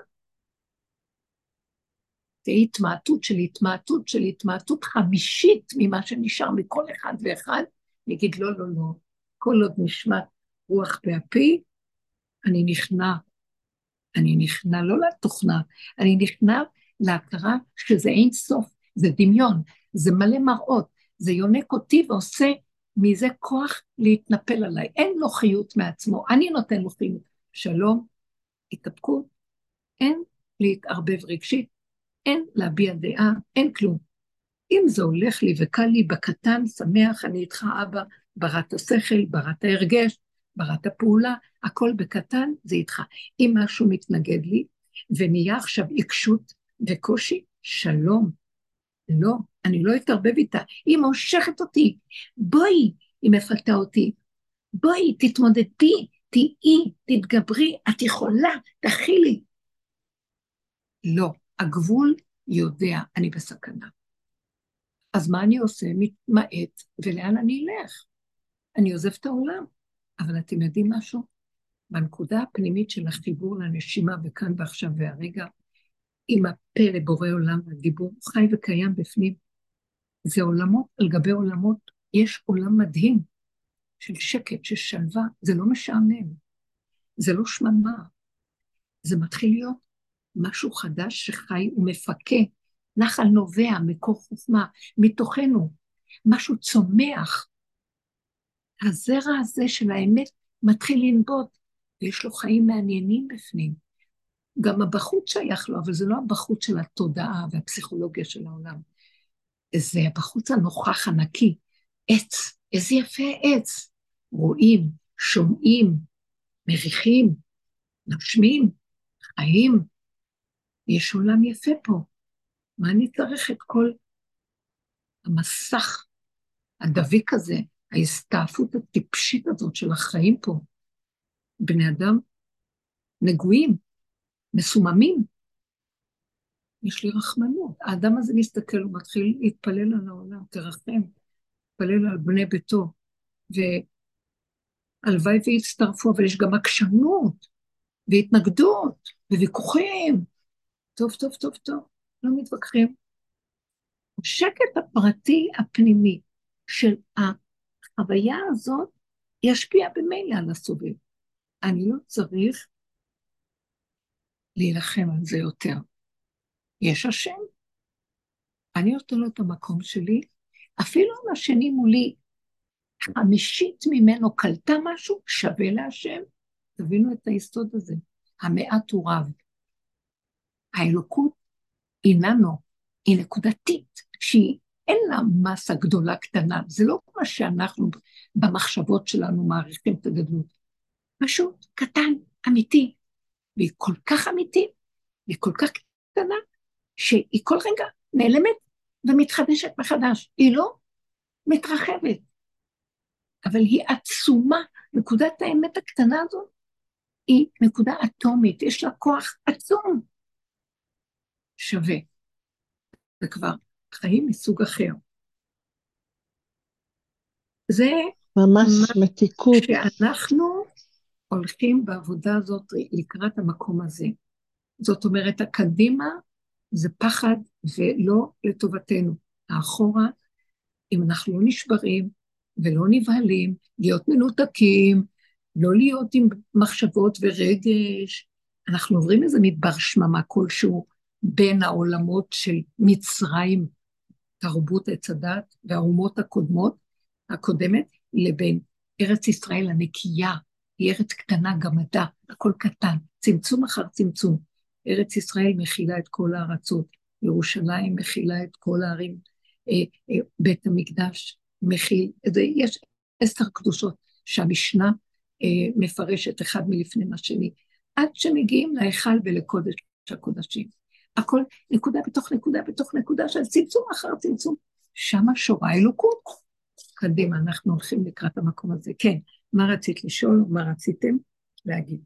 זה התמעטות של התמעטות של התמעטות חמישית ממה שנשאר מכל אחד ואחד, נגיד לא, לא, לא, כל עוד נשמע רוח באפי, אני נכנע, אני נכנע לא לתוכנה, אני נכנע להכרה שזה אין סוף, זה דמיון, זה מלא מראות, זה יונק אותי ועושה מזה כוח להתנפל עליי, אין לו חיות מעצמו, אני נותן לו חיות, שלום, התאפקות, אין להתערבב רגשית, אין להביע דעה, אין כלום. אם זה הולך לי וקל לי בקטן, שמח, אני איתך אבא, בראת השכל, בראת ההרגש, בראת הפעולה, הכל בקטן, זה איתך. אם משהו מתנגד לי, ונהיה עכשיו עיקשות וקושי, שלום. לא, אני לא אתערבב איתה. היא מושכת אותי, בואי, היא מפתה אותי, בואי, תתמודדי, תהיי, תתגברי, את יכולה, תכילי. לא, הגבול יודע, אני בסכנה. אז מה אני עושה? מתמעט, ולאן אני אלך? אני עוזב את העולם. אבל אתם יודעים משהו? בנקודה הפנימית של החיבור לנשימה, וכאן ועכשיו והרגע, עם הפה לבורא עולם והדיבור, הוא חי וקיים בפנים. זה עולמות על גבי עולמות, יש עולם מדהים, של שקט, של שלווה, זה לא משעמם, זה לא שממה, זה מתחיל להיות משהו חדש שחי ומפקה, נחל נובע, מקור חוכמה, מתוכנו, משהו צומח. הזרע הזה של האמת מתחיל לנבוד, ויש לו חיים מעניינים בפנים. גם הבחוץ שייך לו, אבל זה לא הבחוץ של התודעה והפסיכולוגיה של העולם. זה הבחוץ הנוכח הנקי, עץ, איזה יפה עץ. רואים, שומעים, מריחים, נושמים, חיים. יש עולם יפה פה. מה אני צריך את כל המסך הדביק הזה, ההסתעפות הטיפשית הזאת של החיים פה? בני אדם נגועים, מסוממים. יש לי רחמנות. האדם הזה מסתכל, הוא מתחיל להתפלל על העולם, תרחם, להתפלל על בני ביתו, והלוואי והצטרפו, אבל יש גם עקשנות, והתנגדות, וויכוחים. טוב, טוב, טוב, טוב, לא מתווכחים. השקט הפרטי הפנימי של החוויה הזאת ישפיע במילא על הסובב. אני לא צריך להילחם על זה יותר. יש השם, אני נותן לו את המקום שלי, אפילו אם השני מולי חמישית ממנו קלטה משהו, שווה להשם. תבינו את היסוד הזה, המעט הוא רב. האלוקות היא ננו, היא נקודתית, שהיא אין לה מסה גדולה קטנה, זה לא כמו שאנחנו במחשבות שלנו מעריכים את הגדלות, פשוט קטן, אמיתי, והיא כל כך אמיתית, והיא כל כך קטנה, שהיא כל רגע נעלמת ומתחדשת מחדש, היא לא מתרחבת, אבל היא עצומה, נקודת האמת הקטנה הזאת, היא נקודה אטומית, יש לה כוח עצום, שווה, וכבר חיים מסוג אחר. זה ממש מתיקות. שאנחנו הולכים בעבודה הזאת לקראת המקום הזה. זאת אומרת, הקדימה זה פחד ולא לטובתנו. האחורה אם אנחנו לא נשברים ולא נבהלים, להיות מנותקים, לא להיות עם מחשבות ורגש, אנחנו עוברים איזה מדבר שממה כלשהו בין העולמות של מצרים, תרבות עץ הדת והאומות הקודמות, הקודמת, לבין ארץ ישראל הנקייה, היא ארץ קטנה גמדה, הכל קטן, צמצום אחר צמצום. ארץ ישראל מכילה את כל הארצות, ירושלים מכילה את כל הערים, אה, אה, בית המקדש מכיל, זה, יש עשר קדושות שהמשנה אה, מפרשת אחד מלפני השני, עד שמגיעים להיכל ולקודש הקודשים. הכל נקודה בתוך נקודה בתוך נקודה של צמצום אחר צמצום, שמה שורה אלוקות. קדימה, אנחנו הולכים לקראת המקום הזה. כן, מה רצית לשאול, מה רציתם להגיד?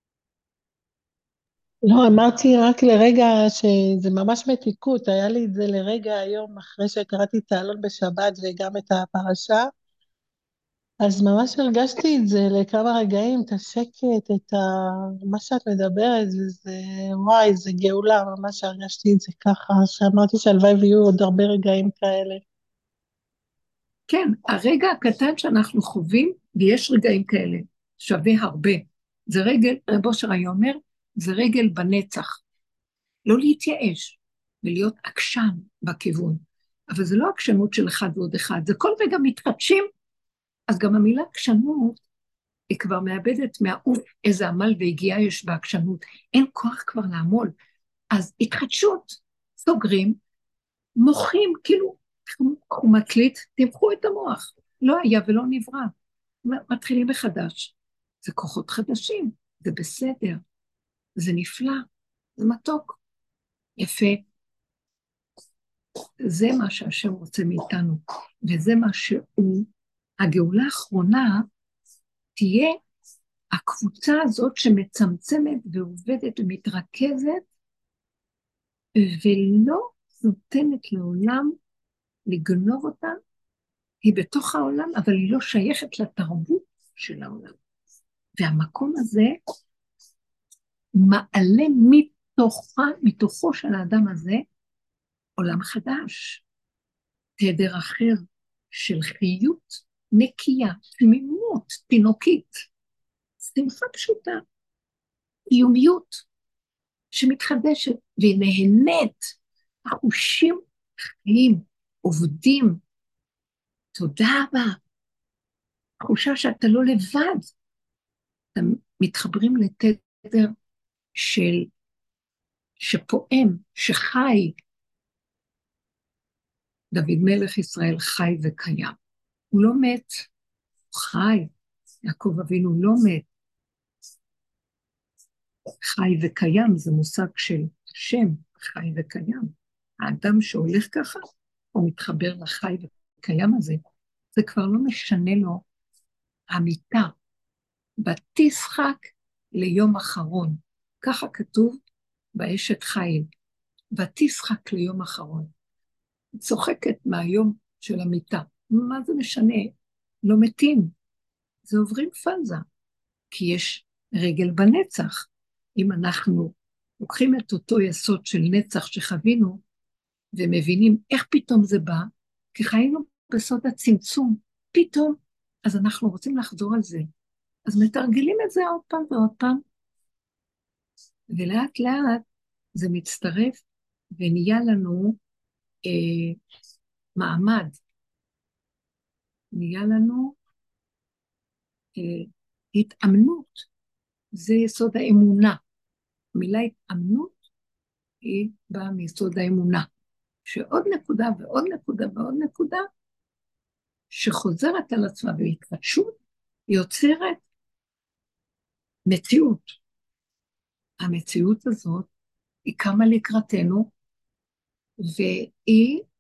לא, אמרתי רק לרגע שזה ממש מתיקות, היה לי את זה לרגע היום, אחרי שקראתי את העלון בשבת וגם את הפרשה, אז ממש הרגשתי את זה לכמה רגעים, את השקט, את ה... מה שאת מדברת, וזה, וואי, זה גאולה, ממש הרגשתי את זה ככה, שאמרתי שהלוואי ויהיו עוד הרבה רגעים כאלה. כן, הרגע הקטן שאנחנו חווים, ויש רגעים כאלה, שווה הרבה. זה רגל, רב אושר היה אומר, זה רגל בנצח. לא להתייאש, ולהיות עקשן בכיוון. אבל זה לא עקשנות של אחד ועוד אחד, זה כל רגע מתחדשים, אז גם המילה עקשנות, היא כבר מאבדת מהעוף איזה עמל והגיעה יש בעקשנות. אין כוח כבר לעמול. אז התחדשות, סוגרים, מוחים, כאילו, קחו מקליט, תמחו את המוח. לא היה ולא נברא. מתחילים מחדש. זה כוחות חדשים, זה בסדר, זה נפלא, זה מתוק, יפה. זה מה שהשם רוצה מאיתנו, וזה מה שהוא, הגאולה האחרונה, תהיה הקבוצה הזאת שמצמצמת ועובדת ומתרכזת, ולא נותנת לעולם לגנוב אותה, היא בתוך העולם, אבל היא לא שייכת לתרבות של העולם. והמקום הזה מעלה מתוכה, מתוכו של האדם הזה, עולם חדש, תדר אחר של חיות נקייה, תמימות, תינוקית, שמחה פשוטה, איומיות שמתחדשת והיא נהנית, החושים חיים, עובדים, תודה רבה, תחושה שאתה לא לבד, אתם מתחברים לתדר של שפועם, שחי, דוד מלך ישראל חי וקיים. הוא לא מת, הוא חי. יעקב אבינו לא מת. חי וקיים זה מושג של השם, חי וקיים. האדם שהולך ככה, הוא מתחבר לחי וקיים הזה. זה כבר לא משנה לו המיטה. ותשחק ליום אחרון. ככה כתוב באשת חיל. ותשחק ליום אחרון. צוחקת מהיום של המיטה. מה זה משנה? לא מתים. זה עוברים פאזה. כי יש רגל בנצח. אם אנחנו לוקחים את אותו יסוד של נצח שחווינו, ומבינים איך פתאום זה בא, כי חיינו בסוד הצמצום. פתאום, אז אנחנו רוצים לחזור על זה. אז מתרגלים את זה עוד פעם ועוד פעם. ולאט לאט זה מצטרף, ונהיה לנו אה, מעמד. נהיה לנו אה, התאמנות. זה יסוד האמונה. המילה התאמנות היא באה מיסוד האמונה. שעוד נקודה ועוד נקודה ועוד נקודה, שחוזרת על עצמה בהתחדשות, יוצרת מציאות. המציאות הזאת היא קמה לקראתנו, והיא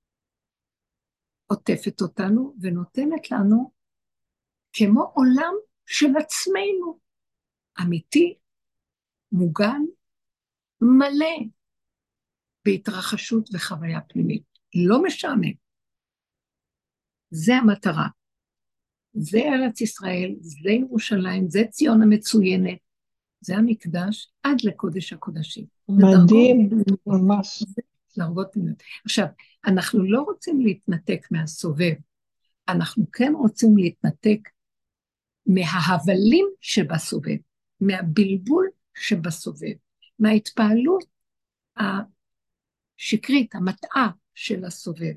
עוטפת אותנו ונותנת לנו כמו עולם של עצמנו, אמיתי, מוגן, מלא, בהתרחשות וחוויה פנימית. לא משעמם. זה המטרה. זה ארץ ישראל, זה ירושלים, זה ציון המצוינת, זה המקדש עד לקודש הקודשים. מדהים, ממש. להרבות פנימיות. עכשיו, אנחנו לא רוצים להתנתק מהסובב, אנחנו כן רוצים להתנתק מההבלים שבסובב, מהבלבול שבסובב, מההתפעלות השקרית, המטעה של הסובב.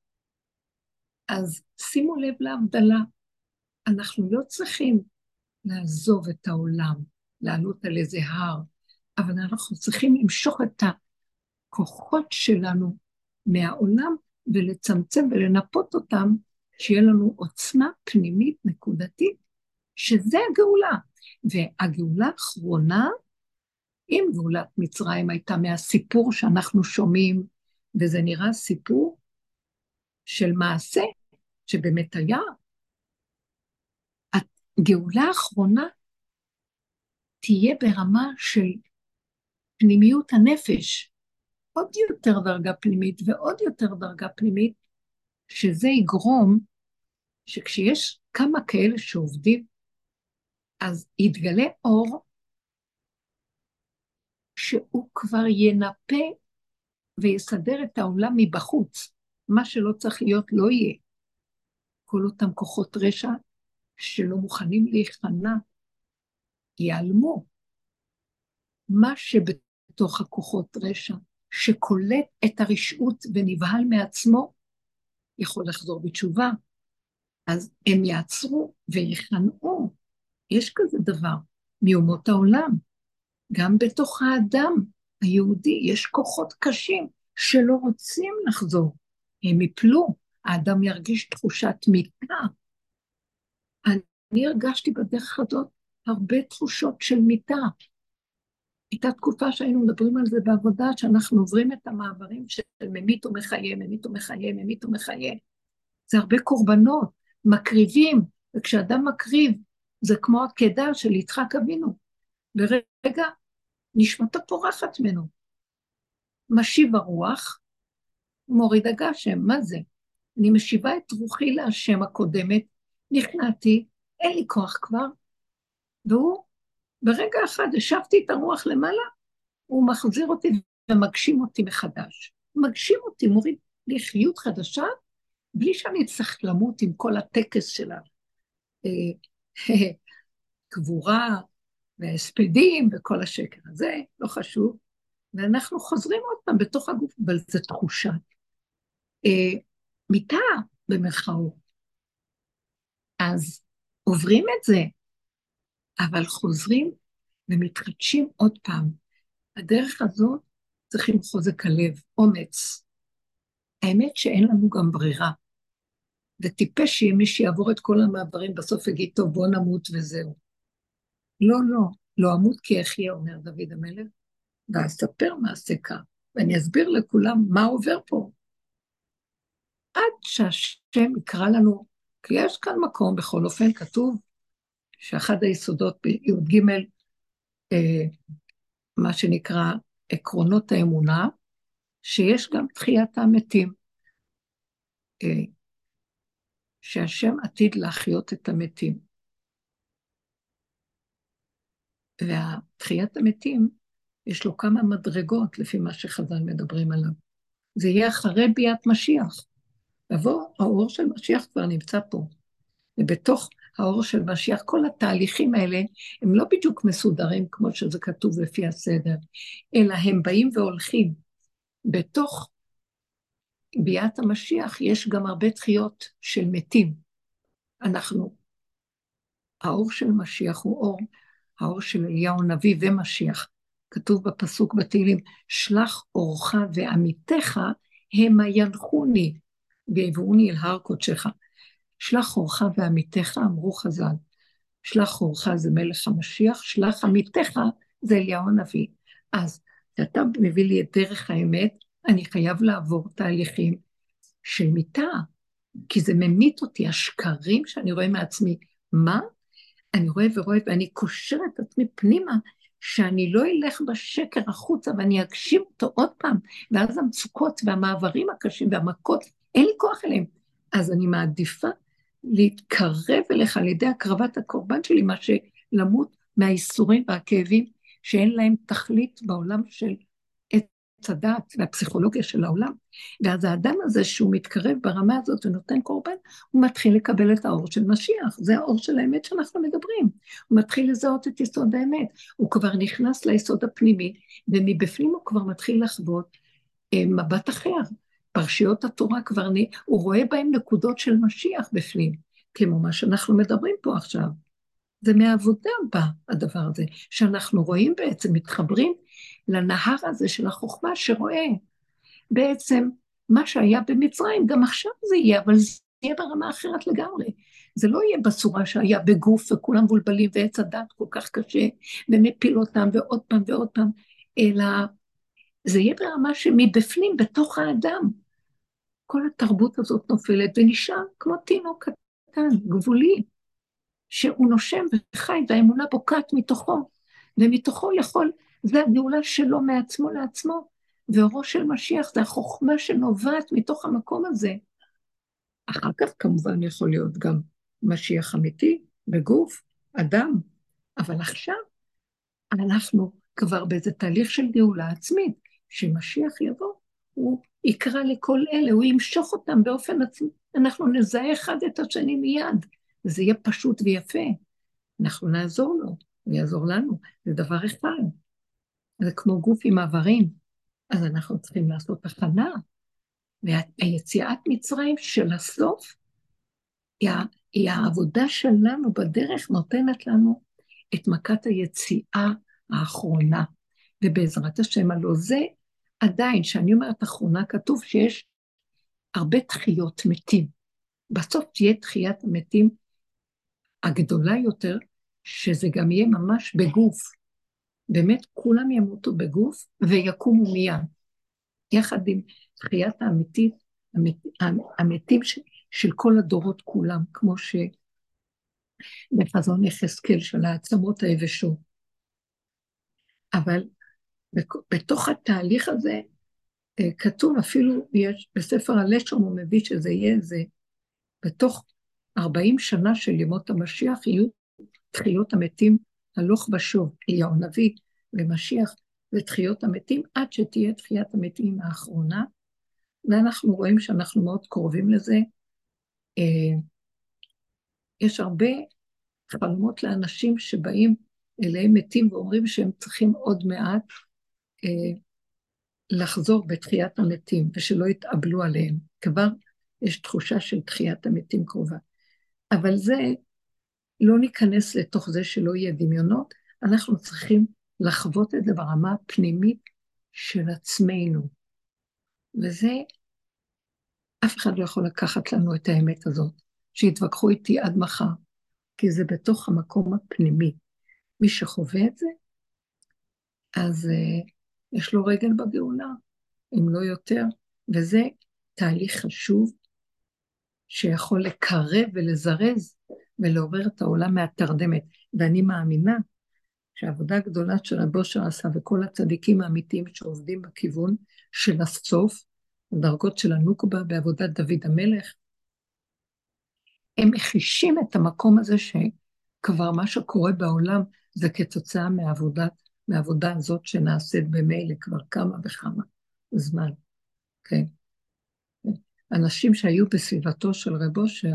אז שימו לב להבדלה, אנחנו לא צריכים לעזוב את העולם, לעלות על איזה הר, אבל אנחנו צריכים למשוך את הכוחות שלנו מהעולם ולצמצם ולנפות אותם, שיהיה לנו עוצמה פנימית נקודתית, שזה הגאולה. והגאולה האחרונה, אם גאולת מצרים הייתה מהסיפור שאנחנו שומעים, וזה נראה סיפור של מעשה, שבאמת היה, הגאולה האחרונה תהיה ברמה של פנימיות הנפש, עוד יותר דרגה פנימית ועוד יותר דרגה פנימית, שזה יגרום שכשיש כמה כאלה שעובדים, אז יתגלה אור שהוא כבר ינפה ויסדר את העולם מבחוץ. מה שלא צריך להיות לא יהיה. כל אותם כוחות רשע שלא מוכנים להיכנע, ייעלמו. מה שבתוך הכוחות רשע, שקולט את הרשעות ונבהל מעצמו, יכול לחזור בתשובה. אז הם יעצרו ויכנעו. יש כזה דבר מאומות העולם. גם בתוך האדם היהודי יש כוחות קשים שלא רוצים לחזור. הם יפלו, האדם ירגיש תחושת מיתה. אני הרגשתי בדרך הזאת הרבה תחושות של מיתה. הייתה תקופה שהיינו מדברים על זה בעבודה, שאנחנו עוברים את המעברים של ממית ומחיה, ממית ומחיה, ממית ומחיה. זה הרבה קורבנות, מקריבים, וכשאדם מקריב, זה כמו עקדה של יצחק אבינו. ברגע נשמתו פורחת ממנו. משיב הרוח, מוריד הגשם, מה זה? אני משיבה את רוחי להשם הקודמת, נכנעתי, אין לי כוח כבר, והוא ברגע אחד השבתי את הרוח למעלה, הוא מחזיר אותי ומגשים אותי מחדש. מגשים אותי, מוריד לי חיות חדשה, בלי שאני צריך למות עם כל הטקס שלה. קבורה והספדים וכל השקר הזה, לא חשוב. ואנחנו חוזרים עוד פעם בתוך הגוף, אבל זו תחושה. מיטה במרכאות. אז עוברים את זה, אבל חוזרים ומתחדשים עוד פעם. הדרך הזאת צריכים חוזק הלב, אומץ. האמת שאין לנו גם ברירה. וטיפש שיהיה מי שיעבור את כל המעברים, בסוף יגיד טוב בוא נמות וזהו. לא, לא, לא אמות כי אחיה, אומר דוד המלך, ואספר מעשה כך, ואני אסביר לכולם מה עובר פה. עד שהשם יקרא לנו, כי יש כאן מקום, בכל אופן כתוב, שאחד היסודות בי"ג, אה, מה שנקרא עקרונות האמונה, שיש גם תחיית המתים, אה, שהשם עתיד להחיות את המתים. והתחיית המתים, יש לו כמה מדרגות לפי מה שחז"ל מדברים עליו. זה יהיה אחרי ביאת משיח. לבוא, האור של משיח כבר נמצא פה. ובתוך האור של משיח, כל התהליכים האלה, הם לא בדיוק מסודרים כמו שזה כתוב לפי הסדר, אלא הם באים והולכים. בתוך ביאת המשיח יש גם הרבה תחיות של מתים. אנחנו, האור של משיח הוא אור, האור של אליהו הנביא ומשיח. כתוב בפסוק בתהילים, שלח אורך ועמיתך המה ינחוני, ויביאוני אל הר קודשך. שלח אורך ועמיתך, אמרו חז"ל. שלח אורך זה מלך המשיח, שלח עמיתך זה אליהו הנביא. אז כשאתה מביא לי את דרך האמת, אני חייב לעבור תהליכים של מיתה, כי זה ממית אותי, השקרים שאני רואה מעצמי. מה? אני רואה ורואה ואני קושר את עצמי פנימה, שאני לא אלך בשקר החוצה ואני אגשים אותו עוד פעם, ואז המצוקות והמעברים הקשים והמכות, אין לי כוח אליהם. אז אני מעדיפה להתקרב אליך על ידי הקרבת הקורבן שלי, מה שלמות מהאיסורים והכאבים, שאין להם תכלית בעולם של עץ הדת והפסיכולוגיה של העולם. ואז האדם הזה שהוא מתקרב ברמה הזאת ונותן קורבן, הוא מתחיל לקבל את האור של משיח. זה האור של האמת שאנחנו מדברים. הוא מתחיל לזהות את יסוד האמת. הוא כבר נכנס ליסוד הפנימי, ומבפנים הוא כבר מתחיל לחוות אה, מבט אחר. פרשיות התורה כבר, נ... הוא רואה בהם נקודות של משיח בפנים, כמו מה שאנחנו מדברים פה עכשיו. זה מהעבודה בה, הדבר הזה, שאנחנו רואים בעצם, מתחברים לנהר הזה של החוכמה שרואה בעצם מה שהיה במצרים, גם עכשיו זה יהיה, אבל זה יהיה ברמה אחרת לגמרי. זה לא יהיה בצורה שהיה בגוף וכולם מבולבלים ועץ הדת כל כך קשה, ומפיל אותם ועוד פעם ועוד פעם, אלא זה יהיה ברמה שמבפנים, בתוך האדם, כל התרבות הזאת נופלת ונשאר כמו תינוק קטן, גבולי, שהוא נושם וחי והאמונה בוקעת מתוכו, ומתוכו יכול, זה הגאולה שלו מעצמו לעצמו, ואורו של משיח זה החוכמה שנובעת מתוך המקום הזה. אחר כך כמובן יכול להיות גם משיח אמיתי, בגוף, אדם, אבל עכשיו אנחנו כבר באיזה תהליך של גאולה עצמית, שמשיח יבוא, הוא יקרא לכל אלה, הוא ימשוך אותם באופן עצמי, אנחנו נזהה אחד את השני מיד, וזה יהיה פשוט ויפה, אנחנו נעזור לו, הוא יעזור לנו, זה דבר אחד, זה כמו גוף עם עברים, אז אנחנו צריכים לעשות הכנה, והיציאת מצרים של הסוף, היא, היא העבודה שלנו בדרך נותנת לנו את מכת היציאה האחרונה, ובעזרת השם הלא זה, עדיין, שאני אומרת אחרונה, כתוב שיש הרבה תחיות מתים. בסוף תהיה תחיית המתים הגדולה יותר, שזה גם יהיה ממש בגוף. באמת כולם ימותו בגוף ויקומו מיד. יחד עם תחיית האמיתית, המת, המתים של, של כל הדורות כולם, כמו שבחזון יחזקאל של העצמות היבשות. אבל בתוך התהליך הזה, כתוב אפילו, יש, בספר הלשון הוא מביא שזה יהיה זה, בתוך ארבעים שנה של ימות המשיח, יהיו תחיות המתים הלוך ושוב, אליהו הנביא ומשיח, ותחיות המתים, עד שתהיה תחיית המתים האחרונה, ואנחנו רואים שאנחנו מאוד קרובים לזה. יש הרבה חלומות לאנשים שבאים אליהם מתים ואומרים שהם צריכים עוד מעט, לחזור בתחיית המתים, ושלא יתאבלו עליהם. כבר יש תחושה של תחיית המתים קרובה. אבל זה, לא ניכנס לתוך זה שלא יהיה דמיונות, אנחנו צריכים לחוות את זה ברמה הפנימית של עצמנו. וזה, אף אחד לא יכול לקחת לנו את האמת הזאת, שיתווכחו איתי עד מחר, כי זה בתוך המקום הפנימי. מי שחווה את זה, אז uh, יש לו רגל בגאולה, אם לא יותר, וזה תהליך חשוב, שיכול לקרב ולזרז, ולעורר את העולם מהתרדמת. ואני מאמינה, שהעבודה הגדולה של רב אושר עשה, וכל הצדיקים האמיתיים שעובדים בכיוון של הסוף, הדרגות של הנוקבה בעבודת דוד המלך, הם מחישים את המקום הזה, שכבר מה שקורה בעולם, זה כתוצאה מהעבודת, מהעבודה הזאת שנעשית במילא כבר כמה וכמה זמן. כן. אנשים שהיו בסביבתו של רב אושר,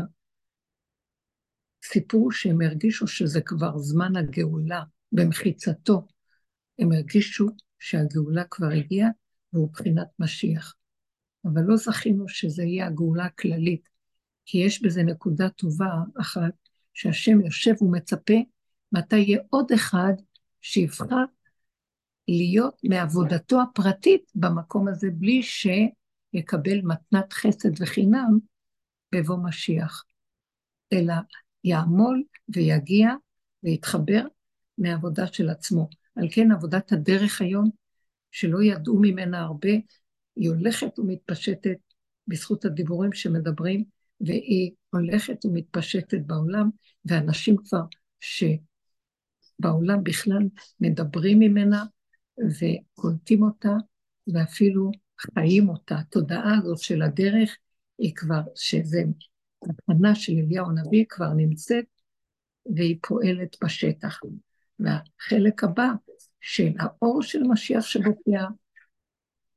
סיפרו שהם הרגישו שזה כבר זמן הגאולה, במחיצתו. הם הרגישו שהגאולה כבר הגיעה, והוא בחינת משיח. אבל לא זכינו שזה יהיה הגאולה הכללית, כי יש בזה נקודה טובה אחת, שהשם יושב ומצפה, מתי יהיה עוד אחד שיבחר להיות מעבודתו הפרטית במקום הזה, בלי שיקבל מתנת חסד וחינם בבוא משיח, אלא יעמול ויגיע ויתחבר מעבודה של עצמו. על כן עבודת הדרך היום, שלא ידעו ממנה הרבה, היא הולכת ומתפשטת בזכות הדיבורים שמדברים, והיא הולכת ומתפשטת בעולם, ואנשים כבר שבעולם בכלל מדברים ממנה, וקולטים אותה, ואפילו חיים אותה. התודעה הזאת של הדרך, היא כבר, שזה התמנה של אליהו הנביא, כבר נמצאת, והיא פועלת בשטח. והחלק הבא של האור של משיח שבופיע,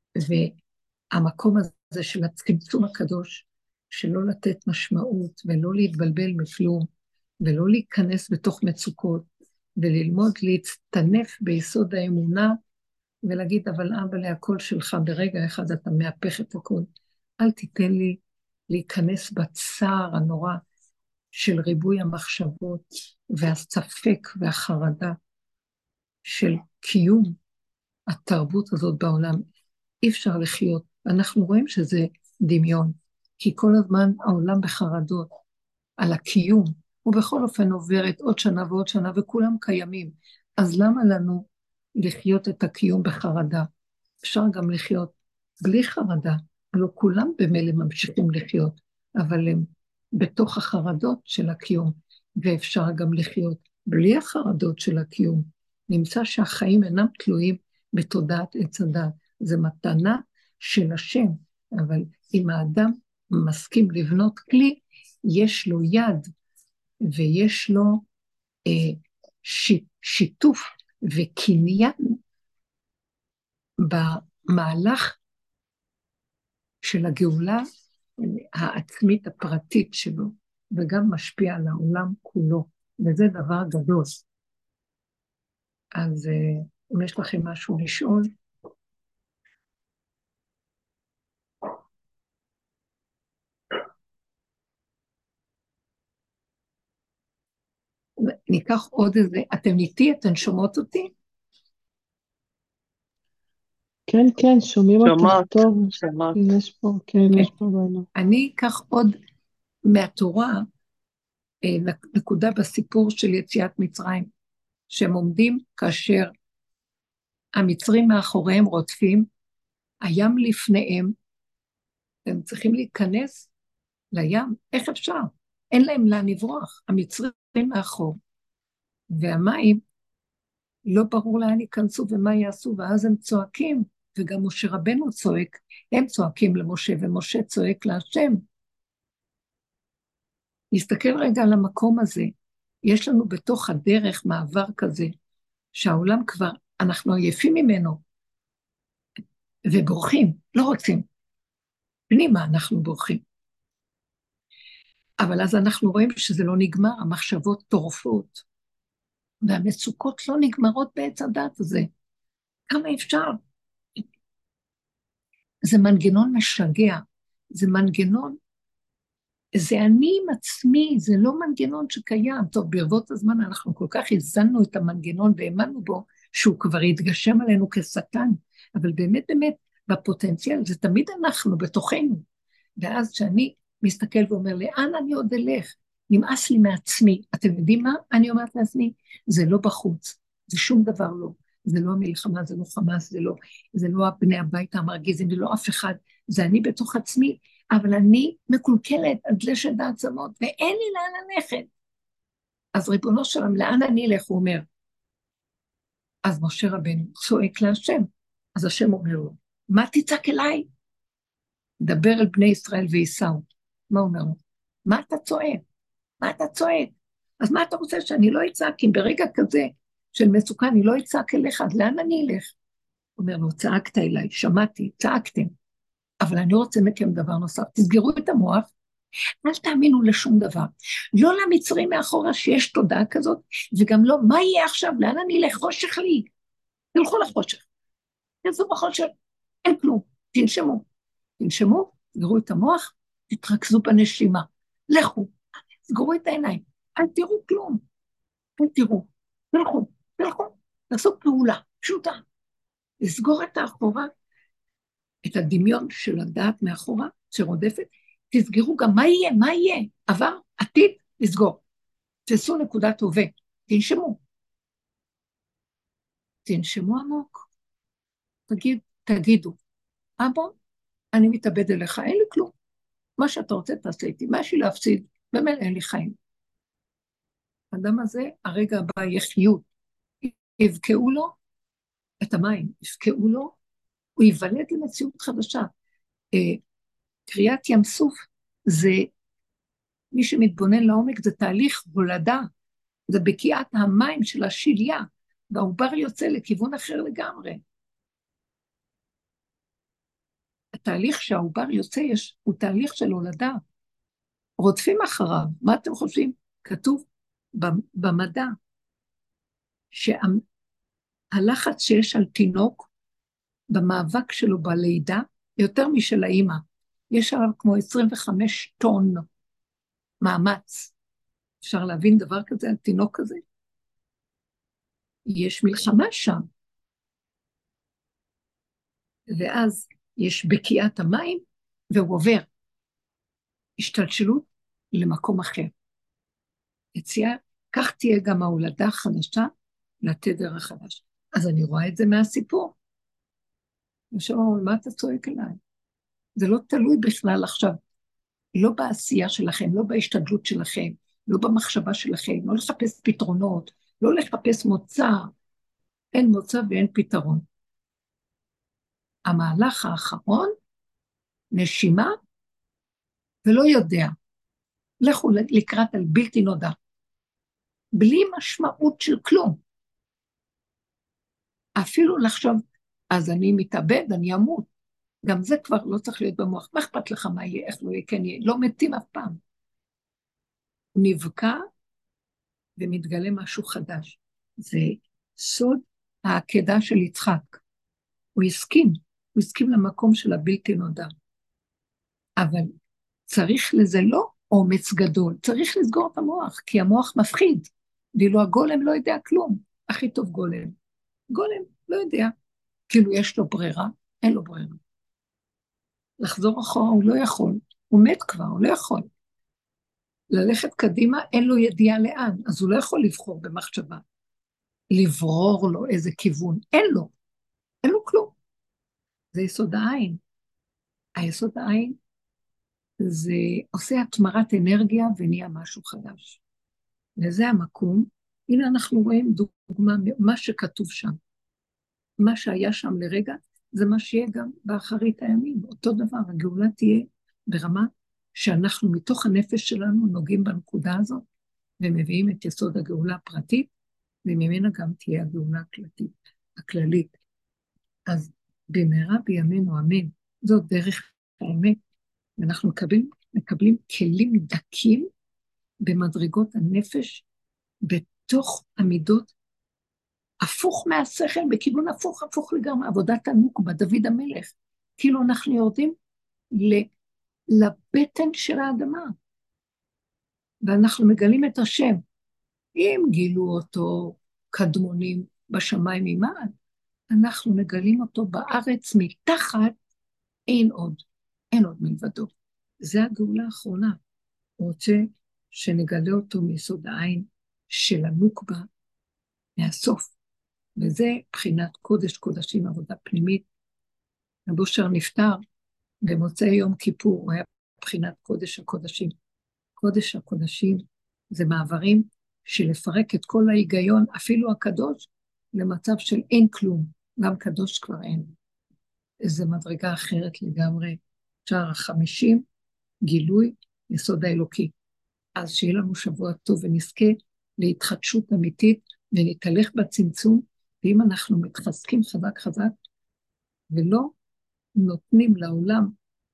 והמקום הזה של הצמצום הקדוש, שלא לתת משמעות ולא להתבלבל מכלום, ולא להיכנס בתוך מצוקות, וללמוד להצטנף ביסוד האמונה, ולהגיד, אבל אבא לי הכל שלך, ברגע אחד אתה מהפך את הכל. אל תיתן לי להיכנס בצער הנורא של ריבוי המחשבות, והספק והחרדה של קיום התרבות הזאת בעולם. אי אפשר לחיות. אנחנו רואים שזה דמיון, כי כל הזמן העולם בחרדות על הקיום, ובכל אופן עוברת עוד שנה ועוד שנה, וכולם קיימים. אז למה לנו לחיות את הקיום בחרדה? אפשר גם לחיות בלי חרדה, לא כולם במילא ממשיכים לחיות, אבל הם בתוך החרדות של הקיום, ואפשר גם לחיות בלי החרדות של הקיום. נמצא שהחיים אינם תלויים בתודעת עץ הדת, זה מתנה של השם, אבל אם האדם מסכים לבנות כלי, יש לו יד, ויש לו אה, ש, שיתוף וקניין במהלך של הגאולה העצמית הפרטית שלו, וגם משפיע על העולם כולו, וזה דבר גדול. אז אה, אם יש לכם משהו לשאול, ניקח עוד איזה, אתם איתי, אתן שומעות אותי? כן, כן, שומעים אותך שומעות, טוב. שומעות. יש פה, כן, כן. יש פה בנו. אני אקח עוד מהתורה, אה, נק- נקודה בסיפור של יציאת מצרים, שהם עומדים כאשר המצרים מאחוריהם רודפים, הים לפניהם, הם צריכים להיכנס לים, איך אפשר? אין להם לאן לברוח, המצרים מאחור, והמים לא ברור לאן ייכנסו ומה יעשו, ואז הם צועקים, וגם משה רבנו צועק, הם צועקים למשה, ומשה צועק להשם. נסתכל רגע על המקום הזה, יש לנו בתוך הדרך מעבר כזה, שהעולם כבר, אנחנו עייפים ממנו, ובורחים, לא רוצים. פנימה אנחנו בורחים. אבל אז אנחנו רואים שזה לא נגמר, המחשבות טורפות, והמצוקות לא נגמרות בעץ הדת הזה. כמה אפשר? זה מנגנון משגע, זה מנגנון, זה אני עם עצמי, זה לא מנגנון שקיים. טוב, ברבות הזמן אנחנו כל כך הזנו את המנגנון והאמנו בו, שהוא כבר יתגשם עלינו כשטן, אבל באמת באמת, בפוטנציאל זה תמיד אנחנו בתוכנו. ואז שאני מסתכל ואומר, לאן אני עוד אלך? נמאס לי מעצמי. אתם יודעים מה? אני אומרת לעצמי, זה לא בחוץ, זה שום דבר לא. זה לא המלחמה, זה לא חמאס, זה לא, זה לא בני הבית המרגיזים, זה לא אף אחד, זה אני בתוך עצמי, אבל אני מקולקלת עד דלשת העצמות, ואין לי לאן ללכת. אז ריבונו שלם, לאן אני אלך? הוא אומר. אז משה רבנו צועק להשם, אז השם אומר לו, מה תצעק אליי? דבר אל בני ישראל ויסעו. מה אומר לו? מה אתה צועק? מה אתה צועק? אז מה אתה רוצה שאני לא אצעק? אם ברגע כזה של מצוקה אני לא אצעק אליך, אז לאן אני אלך? אומר לו, צעקת אליי, שמעתי, צעקתם, אבל אני רוצה מכם דבר נוסף, תסגרו את המוח, אל תאמינו לשום דבר, לא למצרים מאחורה שיש תודעה כזאת, וגם לא, מה יהיה עכשיו, לאן אני אלך? חושך לי, תלכו לחושך, תנסו בחושך, אין כלום, תנשמו, תנשמו, תסגרו את המוח, תתרכזו בנשימה, לכו, תסגרו את העיניים, אל תראו כלום, אל תראו, תלכו, תלכו, תעשו פעולה פשוטה, לסגור את האחורה, את הדמיון של הדעת מאחורה, שרודפת, תסגרו גם מה יהיה, מה יהיה, עבר, עתיד, לסגור, תעשו נקודת הווה, תנשמו, תנשמו עמוק, תגיד, תגידו, אבא, אני מתאבד אליך, אין לי כלום, מה שאתה רוצה תעשה איתי, מה יש לי להפסיד, באמת אין לי חיים. האדם הזה, הרגע הבא יחיות, יבקעו לו את המים, יבקעו לו, הוא ייוולד למציאות חדשה. קריאת ים סוף זה, מי שמתבונן לעומק, זה תהליך הולדה, זה בקיעת המים של השיליה, והעובר יוצא לכיוון אחר לגמרי. התהליך שהעובר יוצא יש, הוא תהליך של הולדה. רודפים אחריו. מה אתם חושבים? כתוב במדע, שהלחץ שיש על תינוק, במאבק שלו בלידה, יותר משל האמא. יש עליו כמו עשרים וחמש טון מאמץ. אפשר להבין דבר כזה על תינוק כזה? יש מלחמה שם. ואז יש בקיעת המים, והוא עובר. השתלשלות למקום אחר. יציאה, כך תהיה גם ההולדה החדשה לתדר החדש. אז אני רואה את זה מהסיפור. ושאומר, מה אתה צועק אליי? זה לא תלוי בכלל עכשיו, לא בעשייה שלכם, לא בהשתדלות שלכם, לא במחשבה שלכם, לא לחפש פתרונות, לא לחפש מוצא, אין מוצא ואין פתרון. המהלך האחרון, נשימה, ולא יודע. לכו לקראת על בלתי נודע. בלי משמעות של כלום. אפילו לחשוב, אז אני מתאבד, אני אמות. גם זה כבר לא צריך להיות במוח. מה אכפת לך מה יהיה, איך לא יהיה, כן יהיה. לא מתים אף פעם. נבקע ומתגלה משהו חדש. זה סוד העקדה של יצחק. הוא הסכים, הוא הסכים למקום של הבלתי נודע. אבל צריך לזה לא אומץ גדול, צריך לסגור את המוח, כי המוח מפחיד, ואילו הגולם לא יודע כלום, הכי טוב גולם. גולם לא יודע, כאילו יש לו ברירה, אין לו ברירה. לחזור אחורה הוא לא יכול, הוא מת כבר, הוא לא יכול. ללכת קדימה אין לו ידיעה לאן, אז הוא לא יכול לבחור במחשבה. לברור לו איזה כיוון, אין לו, אין לו כלום. זה יסוד העין. היסוד העין זה עושה התמרת אנרגיה ונהיה משהו חדש. וזה המקום, הנה אנחנו רואים דוגמה, מה שכתוב שם. מה שהיה שם לרגע, זה מה שיהיה גם באחרית הימים. אותו דבר, הגאולה תהיה ברמה שאנחנו מתוך הנפש שלנו נוגעים בנקודה הזאת, ומביאים את יסוד הגאולה הפרטית, וממנה גם תהיה הגאולה הכללית. הכללית. אז במהרה בימינו אמן, זאת דרך האמת, ואנחנו מקבלים, מקבלים כלים דקים במדרגות הנפש, בתוך המידות, הפוך מהשכל, בכיוון הפוך, הפוך לגמרי, עבודת הנוקבה, דוד המלך, כאילו אנחנו יורדים לבטן של האדמה, ואנחנו מגלים את השם, אם גילו אותו קדמונים בשמיים ממעל, אנחנו מגלים אותו בארץ מתחת, אין עוד, אין עוד מלבדו. זה הגאולה האחרונה. הוא רוצה שנגלה אותו מיסוד העין של הנוקבה מהסוף. וזה בחינת קודש קודשים, עבודה פנימית. רב אושר נפטר במוצאי יום כיפור, הוא היה בחינת קודש הקודשים. קודש הקודשים זה מעברים של לפרק את כל ההיגיון, אפילו הקדוש, למצב של אין כלום, גם קדוש כבר אין. איזו מדרגה אחרת לגמרי, שער החמישים, גילוי יסוד האלוקי. אז שיהיה לנו שבוע טוב ונזכה להתחדשות אמיתית, ונתהלך בצמצום, ואם אנחנו מתחזקים חזק חזק, ולא נותנים לעולם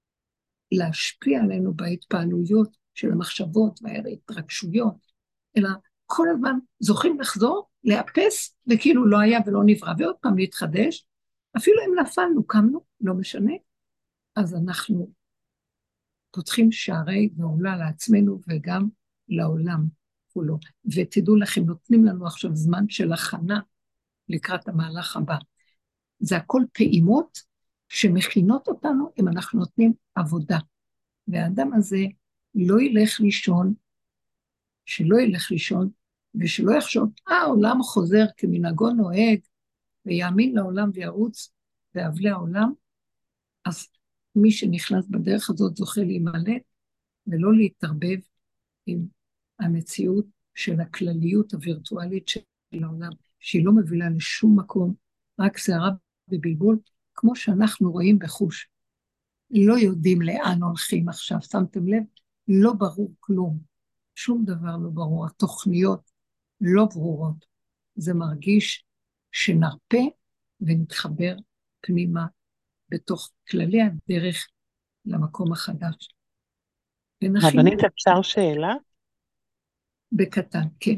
להשפיע עלינו בהתפעלויות של המחשבות וההתרגשויות, אלא כל הזמן זוכים לחזור, לאפס, וכאילו לא היה ולא נברא, ועוד פעם להתחדש, אפילו אם נפלנו, קמנו, לא משנה, אז אנחנו פותחים שערי גאולה לעצמנו וגם לעולם כולו. ותדעו לכם, נותנים לנו עכשיו זמן של הכנה לקראת המהלך הבא. זה הכל פעימות שמכינות אותנו אם אנחנו נותנים עבודה. והאדם הזה לא ילך לישון, שלא ילך לישון, ושלא יחשוב, אה, העולם חוזר כמנהגו נוהג, ויאמין לעולם וירוץ, ואבלי העולם, אז מי שנכנס בדרך הזאת זוכה להימלט, ולא להתערבב עם המציאות של הכלליות הווירטואלית של העולם, שהיא לא מובילה לשום מקום, רק שערה ובלבול, כמו שאנחנו רואים בחוש. לא יודעים לאן הולכים עכשיו, שמתם לב? לא ברור כלום, שום דבר לא ברור, התוכניות לא ברורות. זה מרגיש שנרפה ונתחבר פנימה בתוך כללי הדרך למקום החדש. ונכין רבנית, אפשר שאלה? בקטן, כן.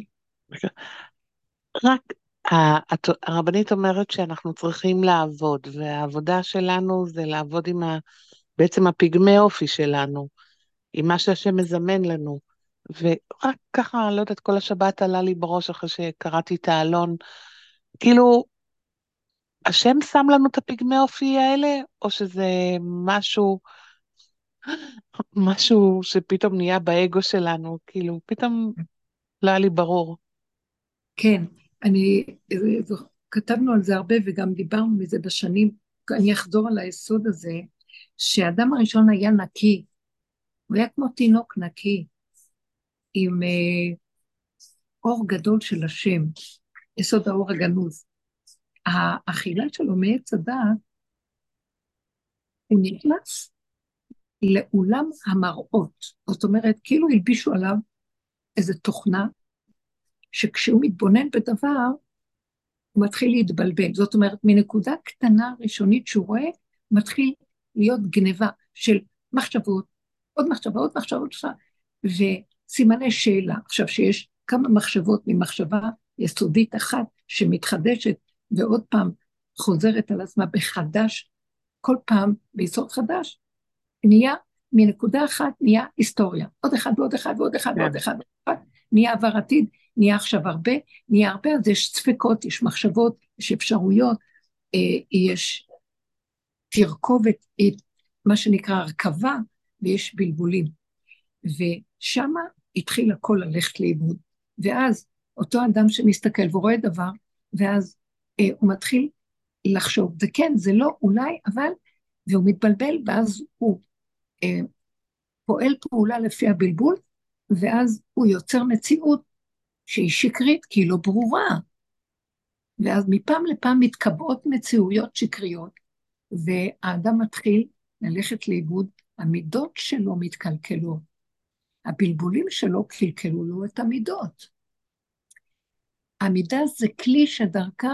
רק ה- את- הרבנית אומרת שאנחנו צריכים לעבוד, והעבודה שלנו זה לעבוד עם ה, בעצם הפגמי אופי שלנו, עם מה שהשם מזמן לנו. ורק ככה, לא יודעת, כל השבת עלה לי בראש אחרי שקראתי את העלון, כאילו, השם שם לנו את הפגמי אופי האלה, או שזה משהו, משהו שפתאום נהיה באגו שלנו, כאילו, פתאום לא היה לי ברור. כן, אני, כתבנו על זה הרבה וגם דיברנו מזה בשנים, אני אחזור על היסוד הזה, שהאדם הראשון היה נקי, הוא היה כמו תינוק נקי, עם אה, אור גדול של השם, יסוד האור הגנוז. האכילה שלו מעץ הדעת, הוא נכנס לאולם המראות, זאת אומרת, כאילו הלבישו עליו איזו תוכנה, שכשהוא מתבונן בדבר, הוא מתחיל להתבלבל. זאת אומרת, מנקודה קטנה ראשונית שהוא רואה, מתחיל להיות גניבה של מחשבות, עוד מחשבה, עוד מחשבה, עוד מחשבה, וסימני שאלה. עכשיו, שיש כמה מחשבות ממחשבה יסודית אחת שמתחדשת, ועוד פעם חוזרת על עצמה בחדש, כל פעם ביסוד חדש, נהיה מנקודה אחת, נהיה היסטוריה. עוד אחד ועוד אחד ועוד אחד ועוד אחד ועוד אחד, נהיה עבר עתיד, נהיה עכשיו הרבה, נהיה הרבה, אז יש ספקות, יש מחשבות, יש אפשרויות, אה, יש תרכובת, אה, מה שנקרא הרכבה, ויש בלבולים. ושם התחיל הכל ללכת לאיבוד. ואז אותו אדם שמסתכל ורואה דבר, ואז אה, הוא מתחיל לחשוב, זה כן, זה לא, אולי, אבל, והוא מתבלבל, ואז הוא אה, פועל פעולה לפי הבלבול, ואז הוא יוצר מציאות שהיא שקרית, כי היא לא ברורה. ואז מפעם לפעם מתקבעות מציאויות שקריות, והאדם מתחיל ללכת לאיבוד, המידות שלו מתקלקלו, הבלבולים שלו קלקלו לו את המידות. המידה זה כלי שדרכה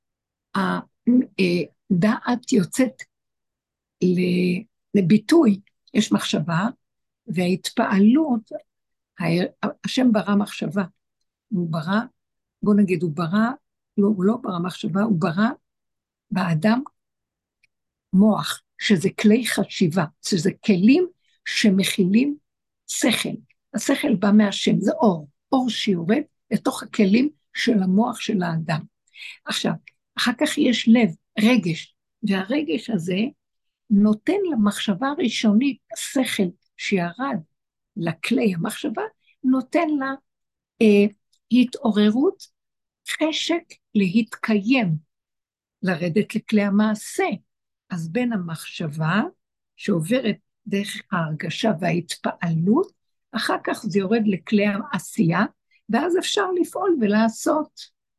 הדעת יוצאת לביטוי, יש מחשבה, וההתפעלות, השם ברא מחשבה, הוא ברא, בוא נגיד, הוא ברא, לא, הוא לא ברא מחשבה, הוא ברא באדם מוח, שזה כלי חשיבה, שזה כלים שמכילים שכל. השכל בא מהשם, זה אור, אור שיורד לתוך הכלים של המוח של האדם. עכשיו, אחר כך יש לב, רגש, והרגש הזה נותן למחשבה הראשונית, השכל שירד לכלי המחשבה, נותן לה אה, התעוררות, חשק להתקיים, לרדת לכלי המעשה. אז בין המחשבה שעוברת דרך ההרגשה וההתפעלות, אחר כך זה יורד לכלי העשייה, ואז אפשר לפעול ולעשות.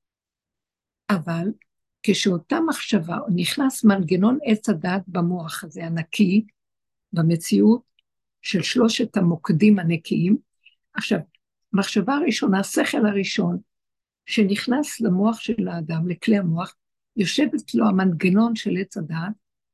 אבל כשאותה מחשבה נכנס מנגנון עץ הדעת במוח הזה הנקי, במציאות של שלושת המוקדים הנקיים, עכשיו, מחשבה הראשונה, השכל הראשון, שנכנס למוח של האדם, לכלי המוח, יושבת לו המנגנון של עץ הדעת,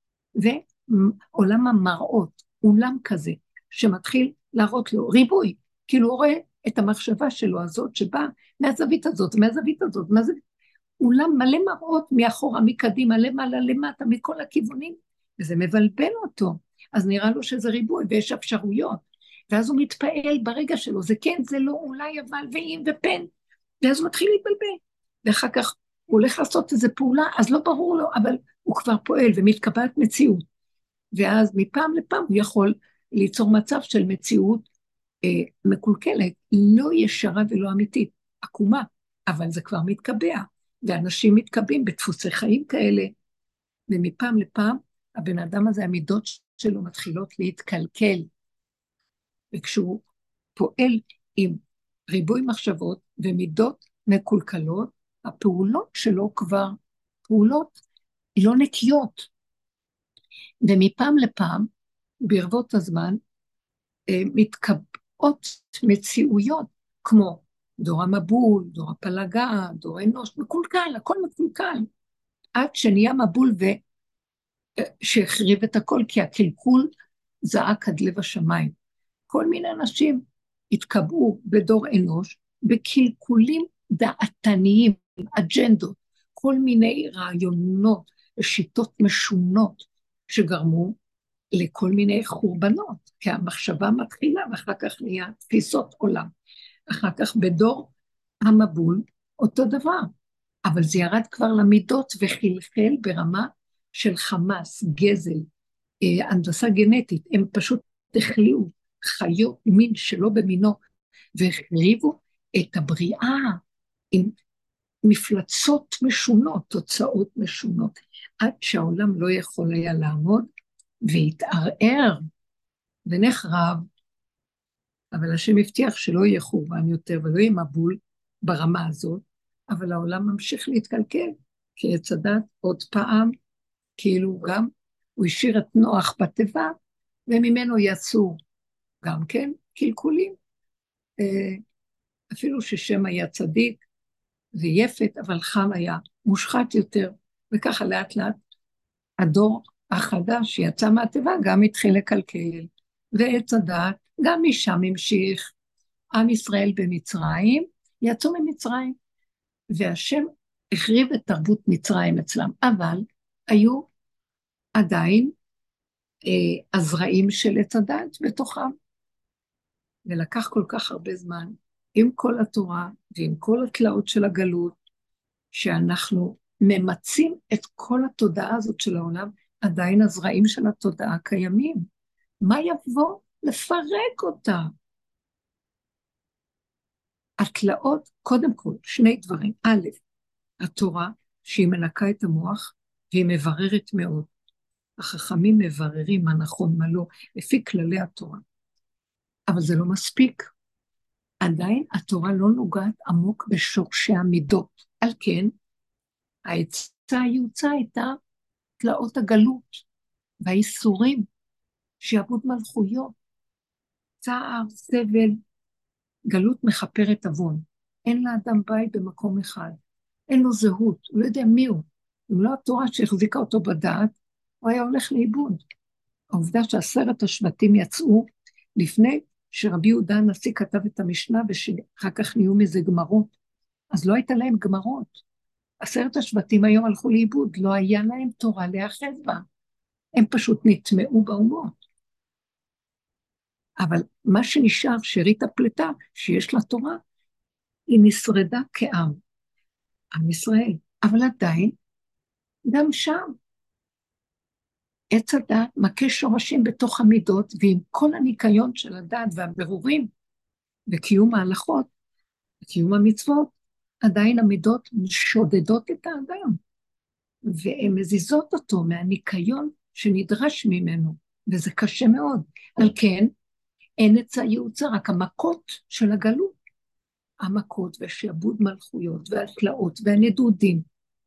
ועולם המראות, אולם כזה, שמתחיל להראות לו ריבוי, כאילו הוא רואה את המחשבה שלו הזאת, שבאה מהזווית הזאת, מהזווית הזאת, מהזווית, אולם מלא מראות מאחורה, מקדימה, למעלה, למטה, מכל הכיוונים, וזה מבלבל אותו, אז נראה לו שזה ריבוי, ויש אפשרויות, ואז הוא מתפעל ברגע שלו, זה כן, זה לא, אולי, אבל, ואם, ופן, ואז הוא מתחיל להתבלבל, ואחר כך הוא הולך לעשות איזו פעולה, אז לא ברור לו, אבל הוא כבר פועל ומתקבעת מציאות, ואז מפעם לפעם הוא יכול ליצור מצב של מציאות אה, מקולקלת, לא ישרה ולא אמיתית, עקומה, אבל זה כבר מתקבע, ואנשים מתקבעים בדפוסי חיים כאלה, ומפעם לפעם הבן אדם הזה, המידות שלו מתחילות להתקלקל, וכשהוא פועל עם ריבוי מחשבות ומידות מקולקלות, הפעולות שלו כבר פעולות לא נקיות, ומפעם לפעם, ברבות הזמן, מתקבעות מציאויות, כמו דור המבול, דור הפלגה, דור אנוש, מקולקל, הכל מקולקל, עד שנהיה מבול שהחריב את הכל, כי הקלקול זעק עד לב השמיים. כל מיני אנשים התקבעו בדור אנוש, בקלקולים דעתניים, אג'נדות, כל מיני רעיונות, שיטות משונות, שגרמו לכל מיני חורבנות, כי המחשבה מתחילה, ואחר כך נהיה תפיסות עולם. אחר כך בדור המבול, אותו דבר. אבל זה ירד כבר למידות וחלחל ברמה של חמאס, גזל, אה, הנדסה גנטית. הם פשוט החליאו חיות מין שלא במינו, והחריבו את הבריאה עם מפלצות משונות, תוצאות משונות, עד שהעולם לא יכול היה לעמוד, והתערער ונחרב. אבל השם הבטיח שלא יהיה חורבן יותר, ולא יהיה מבול ברמה הזאת, אבל העולם ממשיך להתקלקל, כי עץ הדת עוד פעם, כאילו גם, הוא השאיר את נוח בתיבה, וממנו יצאו גם כן קלקולים, אפילו ששם היה צדיק ויפת, אבל חם היה מושחת יותר, וככה לאט לאט הדור החדש שיצא מהתיבה גם התחיל לקלקל, ועץ הדת גם משם המשיך. עם ישראל במצרים, יצאו ממצרים, והשם החריב את תרבות מצרים אצלם, אבל היו עדיין אה, הזרעים של עץ הדת בתוכם, ולקח כל כך הרבה זמן, עם כל התורה ועם כל התלאות של הגלות, שאנחנו ממצים את כל התודעה הזאת של העולם, עדיין הזרעים של התודעה קיימים. מה יבוא? לפרק אותה. התלאות, קודם כל, שני דברים. א', התורה, שהיא מנקה את המוח, והיא מבררת מאוד. החכמים מבררים מה נכון, מה לא, לפי כללי התורה. אבל זה לא מספיק. עדיין התורה לא נוגעת עמוק בשורשי המידות. על כן, העצה היוצא הייתה תלאות הגלות, והאיסורים, שיעבוד מלכויות, צער, סבל, גלות מחפרת עוון. אין לאדם בית במקום אחד. אין לו זהות, הוא לא יודע מי הוא. אם לא התורה שהחזיקה אותו בדעת, הוא היה הולך לאיבוד. העובדה שעשרת השבטים יצאו לפני שרבי יהודה הנשיא כתב את המשנה, ושאחר כך נהיו מזה גמרות, אז לא הייתה להם גמרות. עשרת השבטים היום הלכו לאיבוד, לא היה להם תורה להיאחז בה. הם פשוט נטמעו באומות. אבל מה שנשאר, שארית הפלטה, שיש לה תורה, היא נשרדה כעם, עם ישראל. אבל עדיין, גם שם, עץ הדת מכה שורשים בתוך המידות, ועם כל הניקיון של הדת והברורים, וקיום ההלכות, וקיום המצוות, עדיין המידות שודדות את האדם, והן מזיזות אותו מהניקיון שנדרש ממנו, וזה קשה מאוד. על כן, אין עצה ייעוצה, רק המכות של הגלות, המכות והשעבוד מלכויות, והתלאות והנדודים,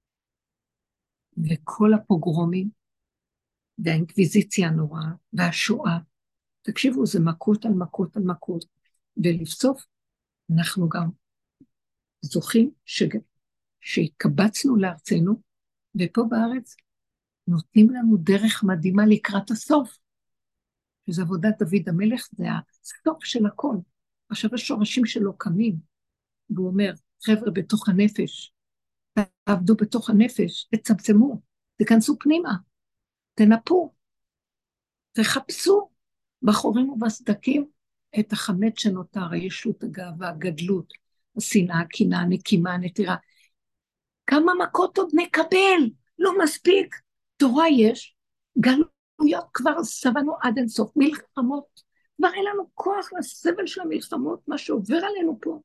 וכל הפוגרומים, והאינקוויזיציה הנוראה, והשואה. תקשיבו, זה מכות על מכות על מכות, ולבסוף אנחנו גם זוכים שג... שהתקבצנו לארצנו, ופה בארץ נותנים לנו דרך מדהימה לקראת הסוף, שזה עבודת דוד המלך, זה הסוף של הכל. עכשיו השורשים שלו קמים, והוא אומר, חבר'ה בתוך הנפש, תעבדו בתוך הנפש, תצמצמו, תכנסו פנימה, תנפו, תחפשו בחורים ובסדקים את החמץ שנותר, הישות, הגאווה, הגדלות, השנאה, הקנאה, הנקימה, הנטירה. כמה מכות עוד נקבל? לא מספיק. תורה יש, גלויות כבר סבנו עד אינסוף, מלחמות. כבר אין לנו כוח לסבל של המלחמות, מה שעובר עלינו פה.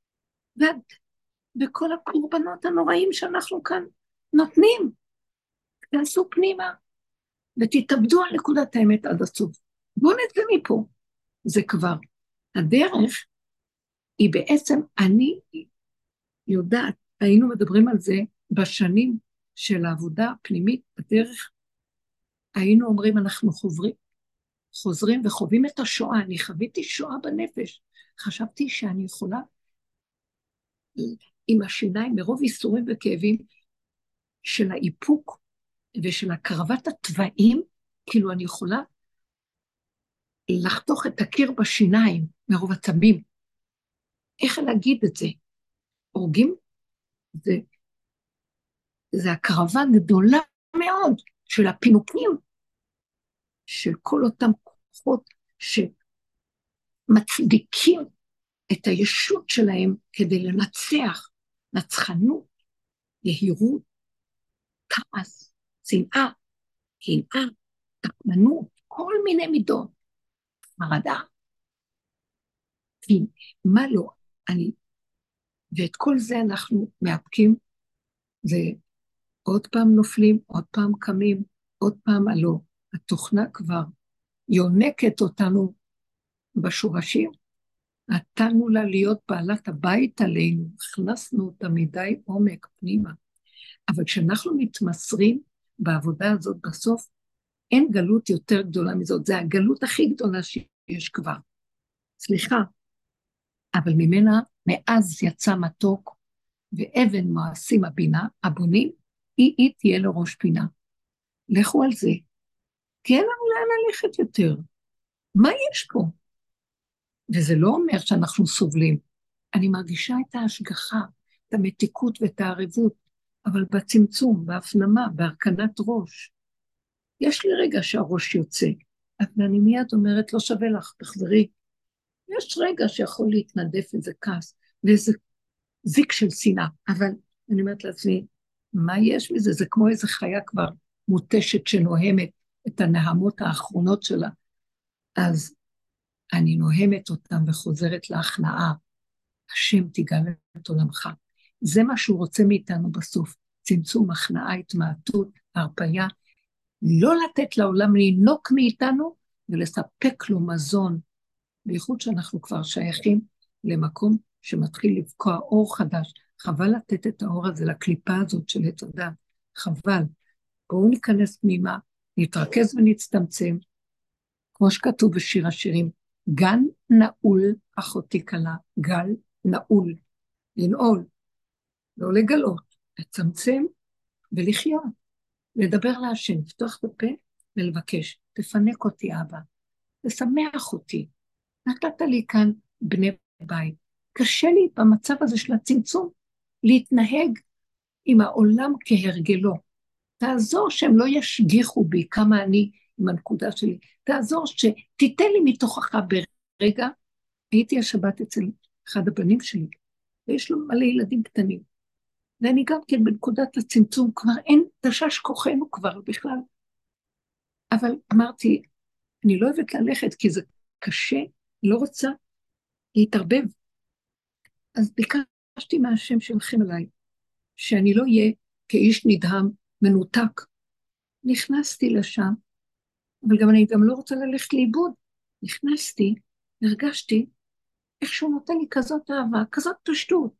וכל הקורבנות הנוראים שאנחנו כאן נותנים, תעשו פנימה, ותתאבדו על נקודת האמת עד הסוף. בואו נצא מפה. זה כבר. הדרך היא בעצם, אני יודעת, היינו מדברים על זה בשנים של העבודה הפנימית, בדרך, היינו אומרים, אנחנו חוזרים, חוזרים וחווים את השואה. אני חוויתי שואה בנפש. חשבתי שאני יכולה, עם השיניים, מרוב איסורים וכאבים של האיפוק ושל הקרבת התוואים, כאילו אני יכולה לחתוך את הקיר בשיניים מרוב עצבים. איך להגיד את זה? הורגים? זה, זה הקרבה גדולה מאוד של הפינוקים, של כל אותם כוחות שמצדיקים את הישות שלהם כדי לנצח, נצחנות, יהירות, כעס, שנאה, קנאה, תקמנות, כל מיני מידות, מרדה. כי מה לא, אני, ואת כל זה אנחנו מאפקים, ועוד פעם נופלים, עוד פעם קמים, עוד פעם עלו. התוכנה כבר יונקת אותנו בשורשים, נתנו לה להיות בעלת הבית עלינו, הכנסנו אותה מדי עומק פנימה. אבל כשאנחנו מתמסרים בעבודה הזאת בסוף, אין גלות יותר גדולה מזאת, זה הגלות הכי גדולה שיש כבר. סליחה, אבל ממנה, מאז יצא מתוק, ואבן מעשים הבינה, הבונים, היא היא תהיה לו ראש פינה. לכו על זה, כי אין לנו לאן ללכת יותר. מה יש פה? וזה לא אומר שאנחנו סובלים. אני מרגישה את ההשגחה, את המתיקות ואת הערבות, אבל בצמצום, בהפנמה, בהרכנת ראש. יש לי רגע שהראש יוצא, אבל אני מיד אומרת, לא שווה לך, תחזרי. יש רגע שיכול להתנדף איזה כעס, ואיזה זיק של שנאה, אבל אני אומרת לעצמי, מה יש מזה? זה כמו איזה חיה כבר מוטשת שנוהמת את הנהמות האחרונות שלה. אז אני נוהמת אותם וחוזרת להכנעה. השם תגלה את עולמך. זה מה שהוא רוצה מאיתנו בסוף. צמצום, הכנעה, התמעטות, הרפיה. לא לתת לעולם לינוק מאיתנו ולספק לו מזון. בייחוד שאנחנו כבר שייכים למקום שמתחיל לבקוע אור חדש. חבל לתת את האור הזה לקליפה הזאת של עץ הדת. חבל. בואו ניכנס פנימה, נתרכז ונצטמצם. כמו שכתוב בשיר השירים, גן נעול אחותי קלה, גל נעול, לנעול, לא לגלות, לצמצם ולחיות, לדבר להשם, לפתוח את הפה ולבקש, תפנק אותי אבא, תשמח אותי, נתת לי כאן בני בית, קשה לי במצב הזה של הצמצום, להתנהג עם העולם כהרגלו, תעזור שהם לא ישגיחו בי כמה אני עם הנקודה שלי, תעזור שתיתן לי מתוכך ברגע, הייתי השבת אצל אחד הבנים שלי, ויש לו מלא ילדים קטנים, ואני גם כן בנקודת הצמצום, כבר אין תשש כוחנו כבר בכלל, אבל אמרתי, אני לא אוהבת ללכת, כי זה קשה, לא רוצה להתערבב, אז ביקשתי מהשם שלכם עליי, שאני לא אהיה כאיש נדהם, מנותק, נכנסתי לשם, אבל גם אני גם לא רוצה ללכת לאיבוד, נכנסתי, הרגשתי, איך שהוא נותן לי כזאת אהבה, כזאת פשטות,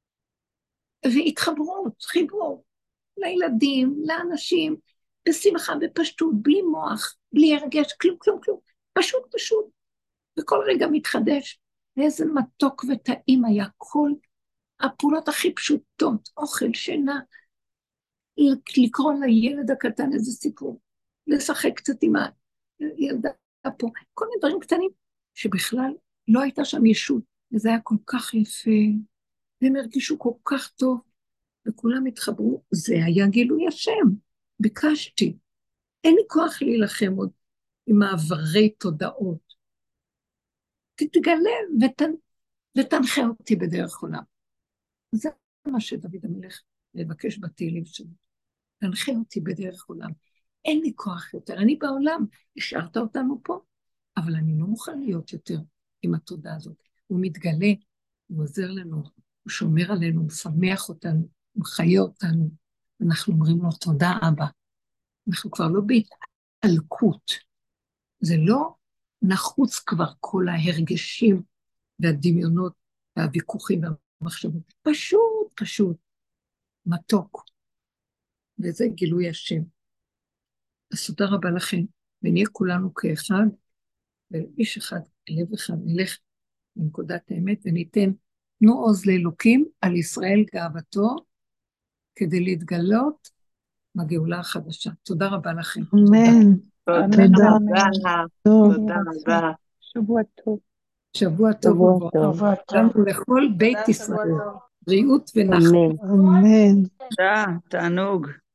והתחברות, חיבור, לילדים, לאנשים, בשמחה, בפשטות, בלי מוח, בלי הרגש, כלום, כלום, כלום, פשוט, פשוט, וכל רגע מתחדש, ואיזה מתוק וטעים היה, כל הפעולות הכי פשוטות, אוכל, שינה, לקרוא לילד הקטן איזה סיפור, לשחק קצת עם הילדה פה, כל מיני דברים קטנים, שבכלל לא הייתה שם ישות, וזה היה כל כך יפה, והם הרגישו כל כך טוב, וכולם התחברו, זה היה גילוי השם, ביקשתי, אין לי כוח להילחם עוד עם מעברי תודעות, תתגלה ותנ... ותנחה אותי בדרך עולם. זה מה שדוד המלך לבקש בתהילים שלו, תנחה אותי בדרך עולם, אין לי כוח יותר, אני בעולם, השארת אותנו פה, אבל אני לא מוכן להיות יותר עם התודעה הזאת, הוא מתגלה, הוא עוזר לנו, הוא שומר עלינו, הוא שמח אותנו, הוא מחיה אותנו, אנחנו אומרים לו תודה אבא, אנחנו כבר לא בהתעלקות, זה לא נחוץ כבר כל ההרגשים והדמיונות והוויכוחים והמחשבות, פשוט פשוט מתוק, וזה גילוי השם. אז תודה רבה לכם, ונהיה כולנו כאחד, ואיש אחד, לב אחד, נלך לנקודת האמת, וניתן, תנו עוז לאלוקים על ישראל גאוותו, כדי להתגלות הגאולה החדשה. תודה רבה לכם. אמן. תודה תודה. רבה. טוב. תודה רבה. שבוע טוב. שבוע טוב שבוע ובוא. טוב. שבוע טוב. לנו לכל בית תודה, שבוע ישראל. טוב. בריאות ונחת. אמן. אמן. תודה, תענוג.